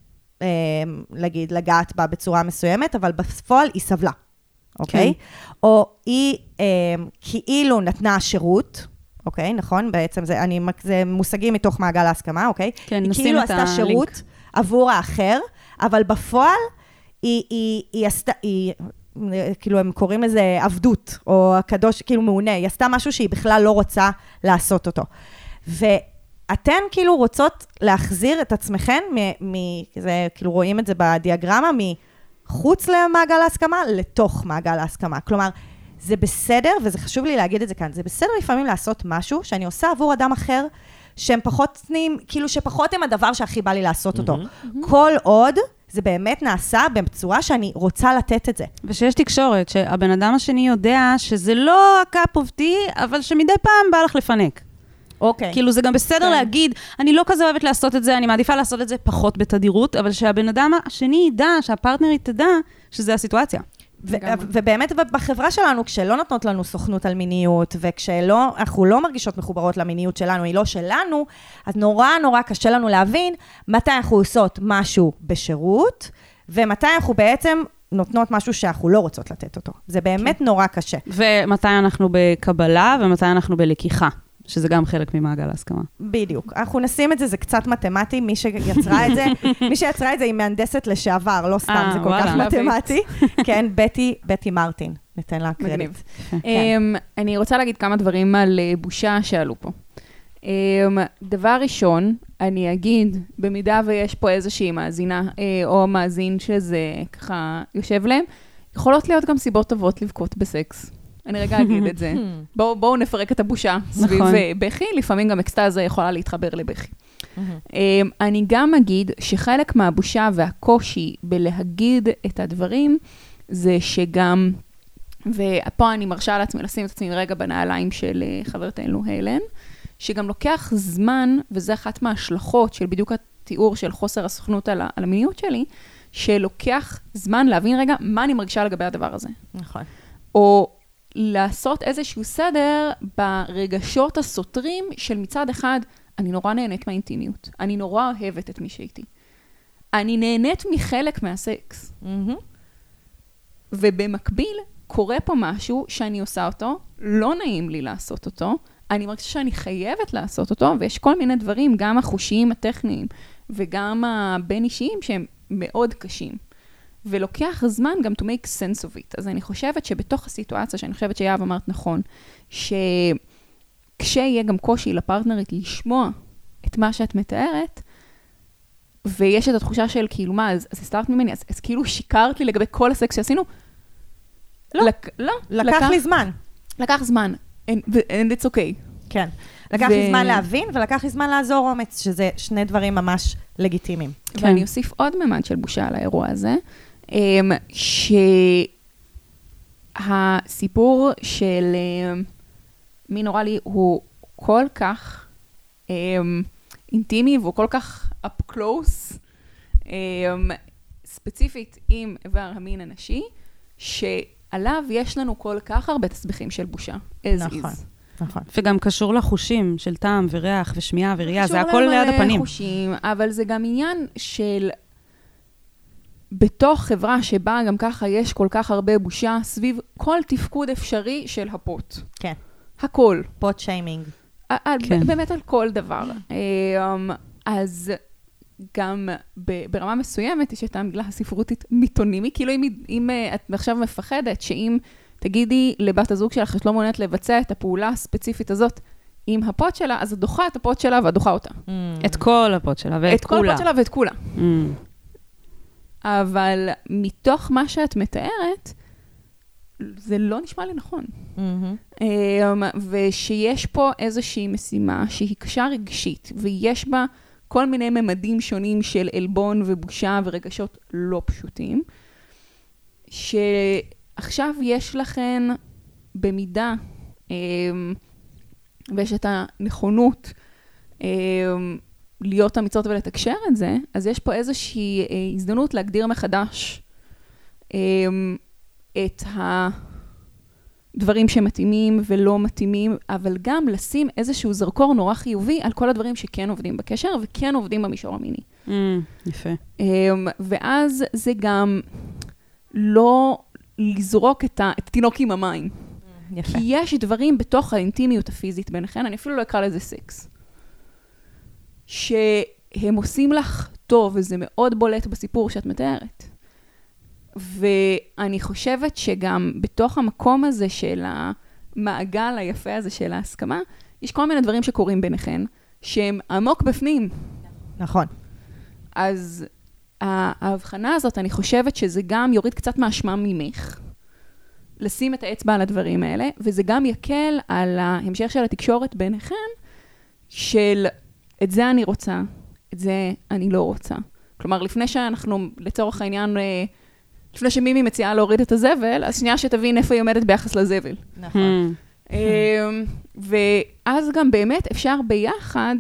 לגעת בה בצורה מסוימת, אבל בפועל היא סבלה. אוקיי? או היא כאילו נתנה שירות, אוקיי? נכון? בעצם זה מושגים מתוך מעגל ההסכמה, אוקיי? כן, היא כאילו עשתה שירות עבור האחר, אבל בפועל היא עשתה, כאילו הם קוראים לזה עבדות, או הקדוש, כאילו מעונה, היא עשתה משהו שהיא בכלל לא רוצה לעשות אותו. ואתן כאילו רוצות להחזיר את עצמכן, כאילו רואים את זה בדיאגרמה, חוץ למעגל ההסכמה, לתוך מעגל ההסכמה. כלומר, זה בסדר, וזה חשוב לי להגיד את זה כאן, זה בסדר לפעמים לעשות משהו שאני עושה עבור אדם אחר, שהם פחות צניים, כאילו שפחות הם הדבר שהכי בא לי לעשות אותו. כל עוד זה באמת נעשה בצורה שאני רוצה לתת את זה. ושיש תקשורת, שהבן אדם השני יודע שזה לא הקאפ אוף טי, אבל שמדי פעם בא לך לפנק. אוקיי. כאילו זה גם בסדר להגיד, אני לא כזה אוהבת לעשות את זה, אני מעדיפה לעשות את זה פחות בתדירות, אבל שהבן אדם השני ידע, שהפרטנרית תדע, שזה הסיטואציה. ובאמת בחברה שלנו, כשלא נותנות לנו סוכנות על מיניות, וכשאנחנו לא מרגישות מחוברות למיניות שלנו, היא לא שלנו, אז נורא נורא קשה לנו להבין מתי אנחנו עושות משהו בשירות, ומתי אנחנו בעצם נותנות משהו שאנחנו לא רוצות לתת אותו. זה באמת נורא קשה. ומתי אנחנו בקבלה, ומתי אנחנו בלקיחה, שזה גם חלק ממעגל ההסכמה. בדיוק. אנחנו נשים את זה, זה קצת מתמטי, מי שיצרה את זה היא מהנדסת לשעבר, לא סתם, זה כל כך מתמטי. כן, בטי מרטין, ניתן לה קרדיט. אני רוצה להגיד כמה דברים על בושה שעלו פה. דבר ראשון, אני אגיד, במידה ויש פה איזושהי מאזינה, או מאזין שזה ככה יושב להם, יכולות להיות גם סיבות טובות לבכות בסקס. אני רגע אגיד את זה. בואו נפרק את הבושה סביב בכי, לפעמים גם אקסטאזה יכולה להתחבר לבכי. אני גם אגיד שחלק מהבושה והקושי בלהגיד את הדברים, זה שגם, ופה אני מרשה לעצמי לשים את עצמי רגע בנעליים של חברתנו הלן, שגם לוקח זמן, וזה אחת מההשלכות של בדיוק התיאור של חוסר הסוכנות על המיניות שלי, שלוקח זמן להבין רגע מה אני מרגישה לגבי הדבר הזה. נכון. או לעשות איזשהו סדר ברגשות הסותרים של מצד אחד, אני נורא נהנית מהאינטימיות. אני נורא אוהבת את מי שהייתי. אני נהנית מחלק מהסקס. ובמקביל, קורה פה משהו שאני עושה אותו, לא נעים לי לעשות אותו, אני מרגישה שאני חייבת לעשות אותו, ויש כל מיני דברים, גם החושיים הטכניים, וגם הבין אישיים שהם מאוד קשים. ולוקח זמן גם to make sense of it. אז אני חושבת שבתוך הסיטואציה, שאני חושבת שיאב אמרת נכון, שכשיהיה גם קושי לפרטנרית לשמוע את מה שאת מתארת, ויש את התחושה של כאילו מה, אז הסתרת ממני, אז כאילו שיקרת לי לגבי כל הסקס שעשינו? לא. לקח לי זמן. לקח זמן. And it's okay. כן. לקח לי זמן להבין, ולקח לי זמן לעזור אומץ, שזה שני דברים ממש לגיטימיים. ואני אוסיף עוד ממד של בושה על האירוע הזה, שהסיפור של מי נורא לי הוא כל כך אינטימי, והוא כל כך up close, ספציפית עם איבר המין הנשי, שעליו יש לנו כל כך הרבה תסביכים של בושה. נכון. נכון. וגם קשור לחושים של טעם וריח ושמיעה וראייה, זה הכל ליד הפנים. חושים, אבל זה גם עניין של בתוך חברה שבה גם ככה יש כל כך הרבה בושה סביב כל תפקוד אפשרי של הפוט. כן. הכל. פוט שיימינג. באמת על כל דבר. אז גם ברמה מסוימת יש את המילה הספרותית מיתונימי, כאילו אם את עכשיו מפחדת שאם תגידי לבת הזוג שלך, את לא מעוניינת לבצע את הפעולה הספציפית הזאת עם הפוט שלה, אז את דוחה את הפוט שלה ואת דוחה אותה. את כל הפוט שלה ואת כולה. את כל הפוט שלה ואת כולה. אבל מתוך מה שאת מתארת, זה לא נשמע לי נכון. ושיש פה איזושהי משימה שהיא קשה רגשית, ויש בה כל מיני ממדים שונים של אלבון ובושה ורגשות לא פשוטים, עכשיו יש לכן במידה, ויש את הנכונות להיות אמיצות ולתקשר את זה, אז יש פה איזושהי הזדמנות להגדיר מחדש את הדברים שמתאימים ולא מתאימים, אבל גם לשים איזשהו זרקור נורא חיובי על כל הדברים שכן עובדים בקשר וכן עובדים במישור המיני. יפה. ואז זה גם לא לזרוק את התינוק עם המים. יפה. כי יש דברים בתוך האינטימיות הפיזית ביניכן, אני אפילו לא אקרא לזה סקס, שהם עושים לך טוב, וזה מאוד בולט בסיפור שאת מתארת. ואני חושבת שגם בתוך המקום הזה של המעגל היפה הזה של ההסכמה, יש כל מיני דברים שקורים ביניכן, שהם עמוק בפנים. נכון. אז ההבחנה הזאת, אני חושבת שזה גם יוריד קצת מהאשמה ממך, לשים את האצבע על הדברים האלה, וזה גם יקל על ההמשך של התקשורת ביניכן, של את זה אני רוצה, את זה אני לא רוצה. כלומר, לפני שאנחנו, לצורך העניין, לפני שמימי מציעה להוריד את הזבל, אז שנייה שתבין איפה היא עומדת ביחס לזבל. נכון. ואז גם באמת אפשר ביחד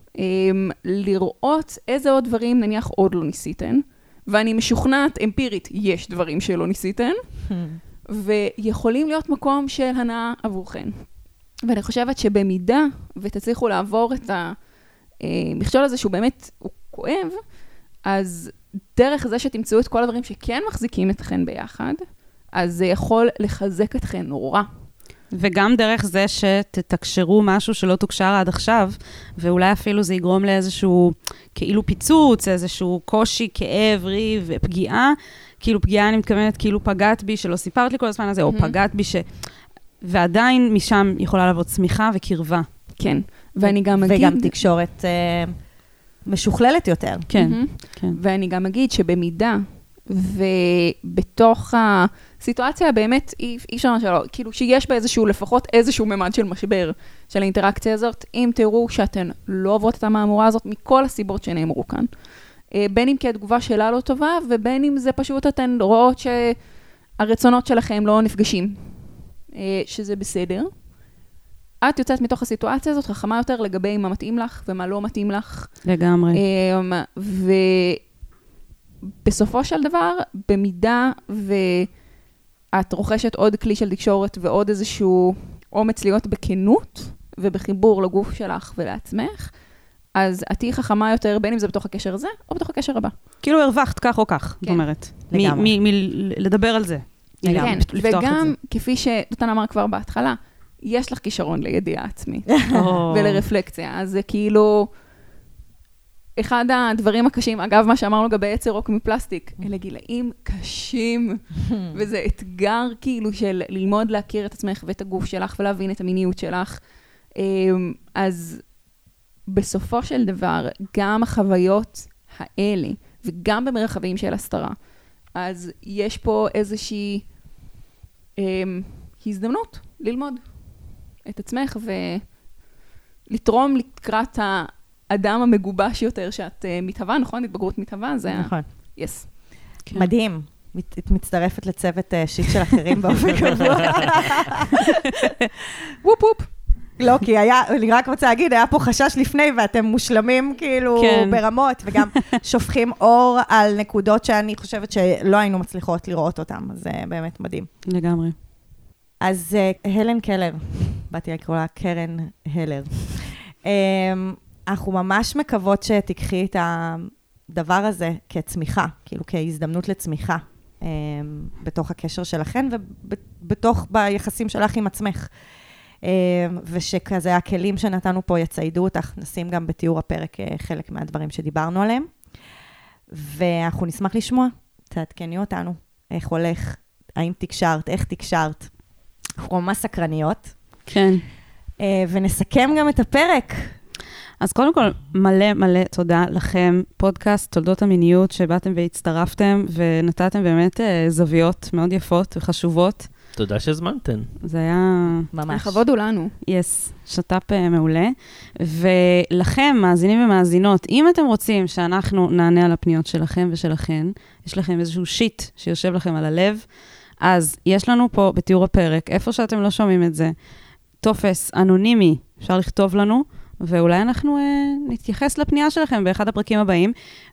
לראות איזה עוד דברים נניח עוד לא ניסיתן, ואני משוכנעת אמפירית, יש דברים שלא ניסיתן, ויכולים להיות מקום של הנאה עבורכן. ואני חושבת שבמידה ותצליחו לעבור את המכשול הזה שהוא באמת הוא כואב, אז דרך זה שתמצאו את כל הדברים שכן מחזיקים אתכן ביחד, אז זה יכול לחזק אתכן נורא. וגם דרך זה שתתקשרו משהו שלא תוקשר עד עכשיו, ואולי אפילו זה יגרום לאיזשהו כאילו פיצוץ, איזשהו קושי, כאב, ריב ופגיעה. כאילו פגיעה אני מתכוונת, כאילו פגעת בי שלא סיפרת לי כל הזמן הזה, או פגעת בי ועדיין משם יכולה לבוא צמיחה וקרבה. כן, ואני גם אגיד... וגם תקשורת משוכללת יותר. כן, כן. ואני גם אגיד שבמידה, ובתוך הסיטואציה באמת אי אפשר שלא, כאילו שיש בה לפחות איזשהו ממד של משבר של האינטראקציה הזאת, אם תראו שאתן לא עוברות את המאמורה הזאת מכל הסיבות שנאמרו כאן. בין אם כי התגובה שלה לא טובה, ובין אם זה פשוט אתן רואות שהרצונות שלכם לא נפגשים, שזה בסדר. את יוצאת מתוך הסיטואציה הזאת חכמה יותר לגבי מה מתאים לך ומה לא מתאים לך. לגמרי. ובסופו של דבר, במידה ואת רוכשת עוד כלי של תקשורת ועוד איזשהו אומץ להיות בכנות ובחיבור לגוף שלך ולעצמך, אז את תהיי חכמה יותר, בין אם זה בתוך הקשר הזה, או בתוך הקשר הבא. כאילו הרווחת כך או כך, זאת אומרת. לדבר על זה. כן, וגם כפי שדותן אמר כבר בהתחלה, יש לך כישרון לידיעה עצמית, ולרפלקציה. אז זה כאילו, אחד הדברים הקשים, אגב, מה שאמרנו לגבי עץ ירוק מפלסטיק, אלה גילאים קשים, וזה אתגר כאילו של ללמוד להכיר את עצמך ואת הגוף שלך, ולהבין את המיניות שלך. אז בסופו של דבר, גם החוויות האלה, וגם במרחבים של הסתרה, אז יש פה איזושהי הזדמנות ללמוד את עצמך ולתרום לקראת האדם המגובש יותר שאת מתהווה, נכון? התבגרות מתהווה, זה... נכון. יס. מדהים. את מצטרפת לצוות שיט של אחרים באופן קבוע. וופ וופ. לא, כי אני רק רוצה להגיד, היה פה חשש לפני, ואתם מושלמים כאילו ברמות, וגם שופכים אור על נקודות שאני חושבת שלא היינו מצליחות לראות אותם, אז זה באמת מדהים. לגמרי. אז הלן קלר, באתי לקרוא לה קרן הלר. אנחנו ממש מקוות שתיקחי את הדבר הזה כצמיחה, כאילו כהזדמנות לצמיחה, בתוך הקשר שלכן, ובתוך ביחסים שלך עם עצמך. ושכזה הכלים שנתנו פה יציידו אותך, נשים גם בתיאור הפרק חלק מהדברים שדיברנו עליהם. ואנחנו נשמח לשמוע, תעדכני אותנו, איך הולך, האם תקשרת, איך תקשרת. אנחנו ממש סקרניות. כן. ונסכם גם את הפרק. אז קודם כל, מלא מלא תודה לכם, פודקאסט תולדות המיניות, שבאתם והצטרפתם, ונתתם באמת זוויות מאוד יפות וחשובות. תודה שהזמנתן. זה היה... ממש. לכבוד הוא לנו. יס, שת"פ מעולה. ולכם, מאזינים ומאזינות, אם אתם רוצים שאנחנו נענה על הפניות שלכם ושלכן, יש לכם איזשהו שיט שיושב לכם על הלב, אז יש לנו פה בתיאור הפרק, איפה שאתם לא שומעים את זה, טופס אנונימי, אפשר לכתוב לנו, ואולי אנחנו נתייחס לפנייה שלכם באחד הפרקים הבאים,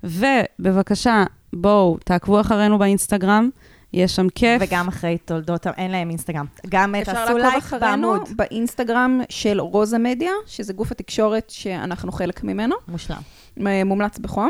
ובבקשה, בואו, תעקבו אחרינו באינסטגרם, יש שם כיף. וגם אחרי תולדות, אין להם אינסטגרם. גם תעשו לייק בעמוד. אפשר לעקוב אחרינו באינסטגרם של רוזה מדיה, שזה גוף התקשורת שאנחנו חלק ממנו. מושלם. מומלץ בחום.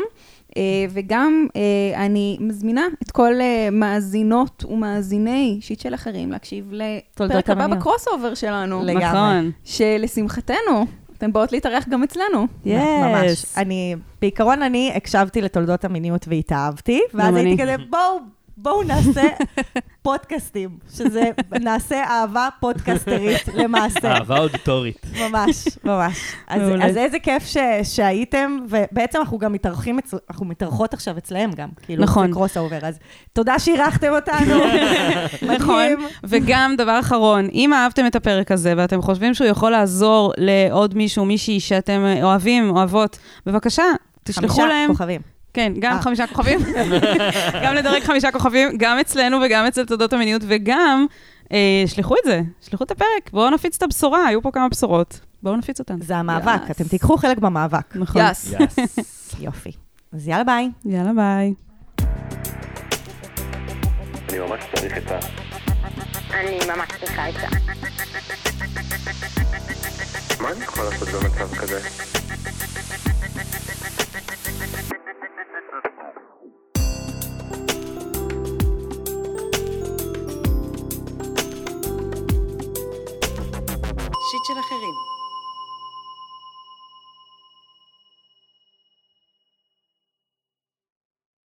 וגם אני מזמינה את כל מאזינות ומאזיני שיט של אחרים, להקשיב לפרק הבא בקרוס אובר שלנו. נכון. שלשמחתנו, אתן באות להתארח גם אצלנו. ממש. בעיקרון אני הקשבתי לתולדות המיניות והתאהבתי, ואז הייתי כזה, בואו נעשה פודקאסטים, שזה נעשה אהבה פודקאסטרית למעשה. אהבה אודיטורית. ממש, ממש. אז איזה כיף שהייתם, ובעצם אנחנו גם מתארחות עכשיו אצלהם גם, כאילו זה קרוס אובר, אז תודה שאירחתם אותנו. נכון, וגם דבר אחרון, אם אהבתם את הפרק הזה, ואתם חושבים שהוא יכול לעזור לעוד מישהו, מישהי שאתם אוהבים, אוהבות, בבקשה, תשלחו להם. 5 כוכבים. כן, גם 5 כוכבים, גם לדרג 5 כוכבים, גם אצלנו וגם אצל תולדות המיניות, וגם שלחו את זה, שלחו את הפרק, בואו נפיץ את הבשורה, היו פה כמה בשורות, בואו נפיץ אותן. זה המאבק, אתם תיקחו חלק במאבק. נכון. יס. יופי. אז יאללה ביי. יאללה ביי. אני ממש צריך את ה... אני ממש צריכה את זה. מה אני יכול לעשות במצב כזה? אחרים.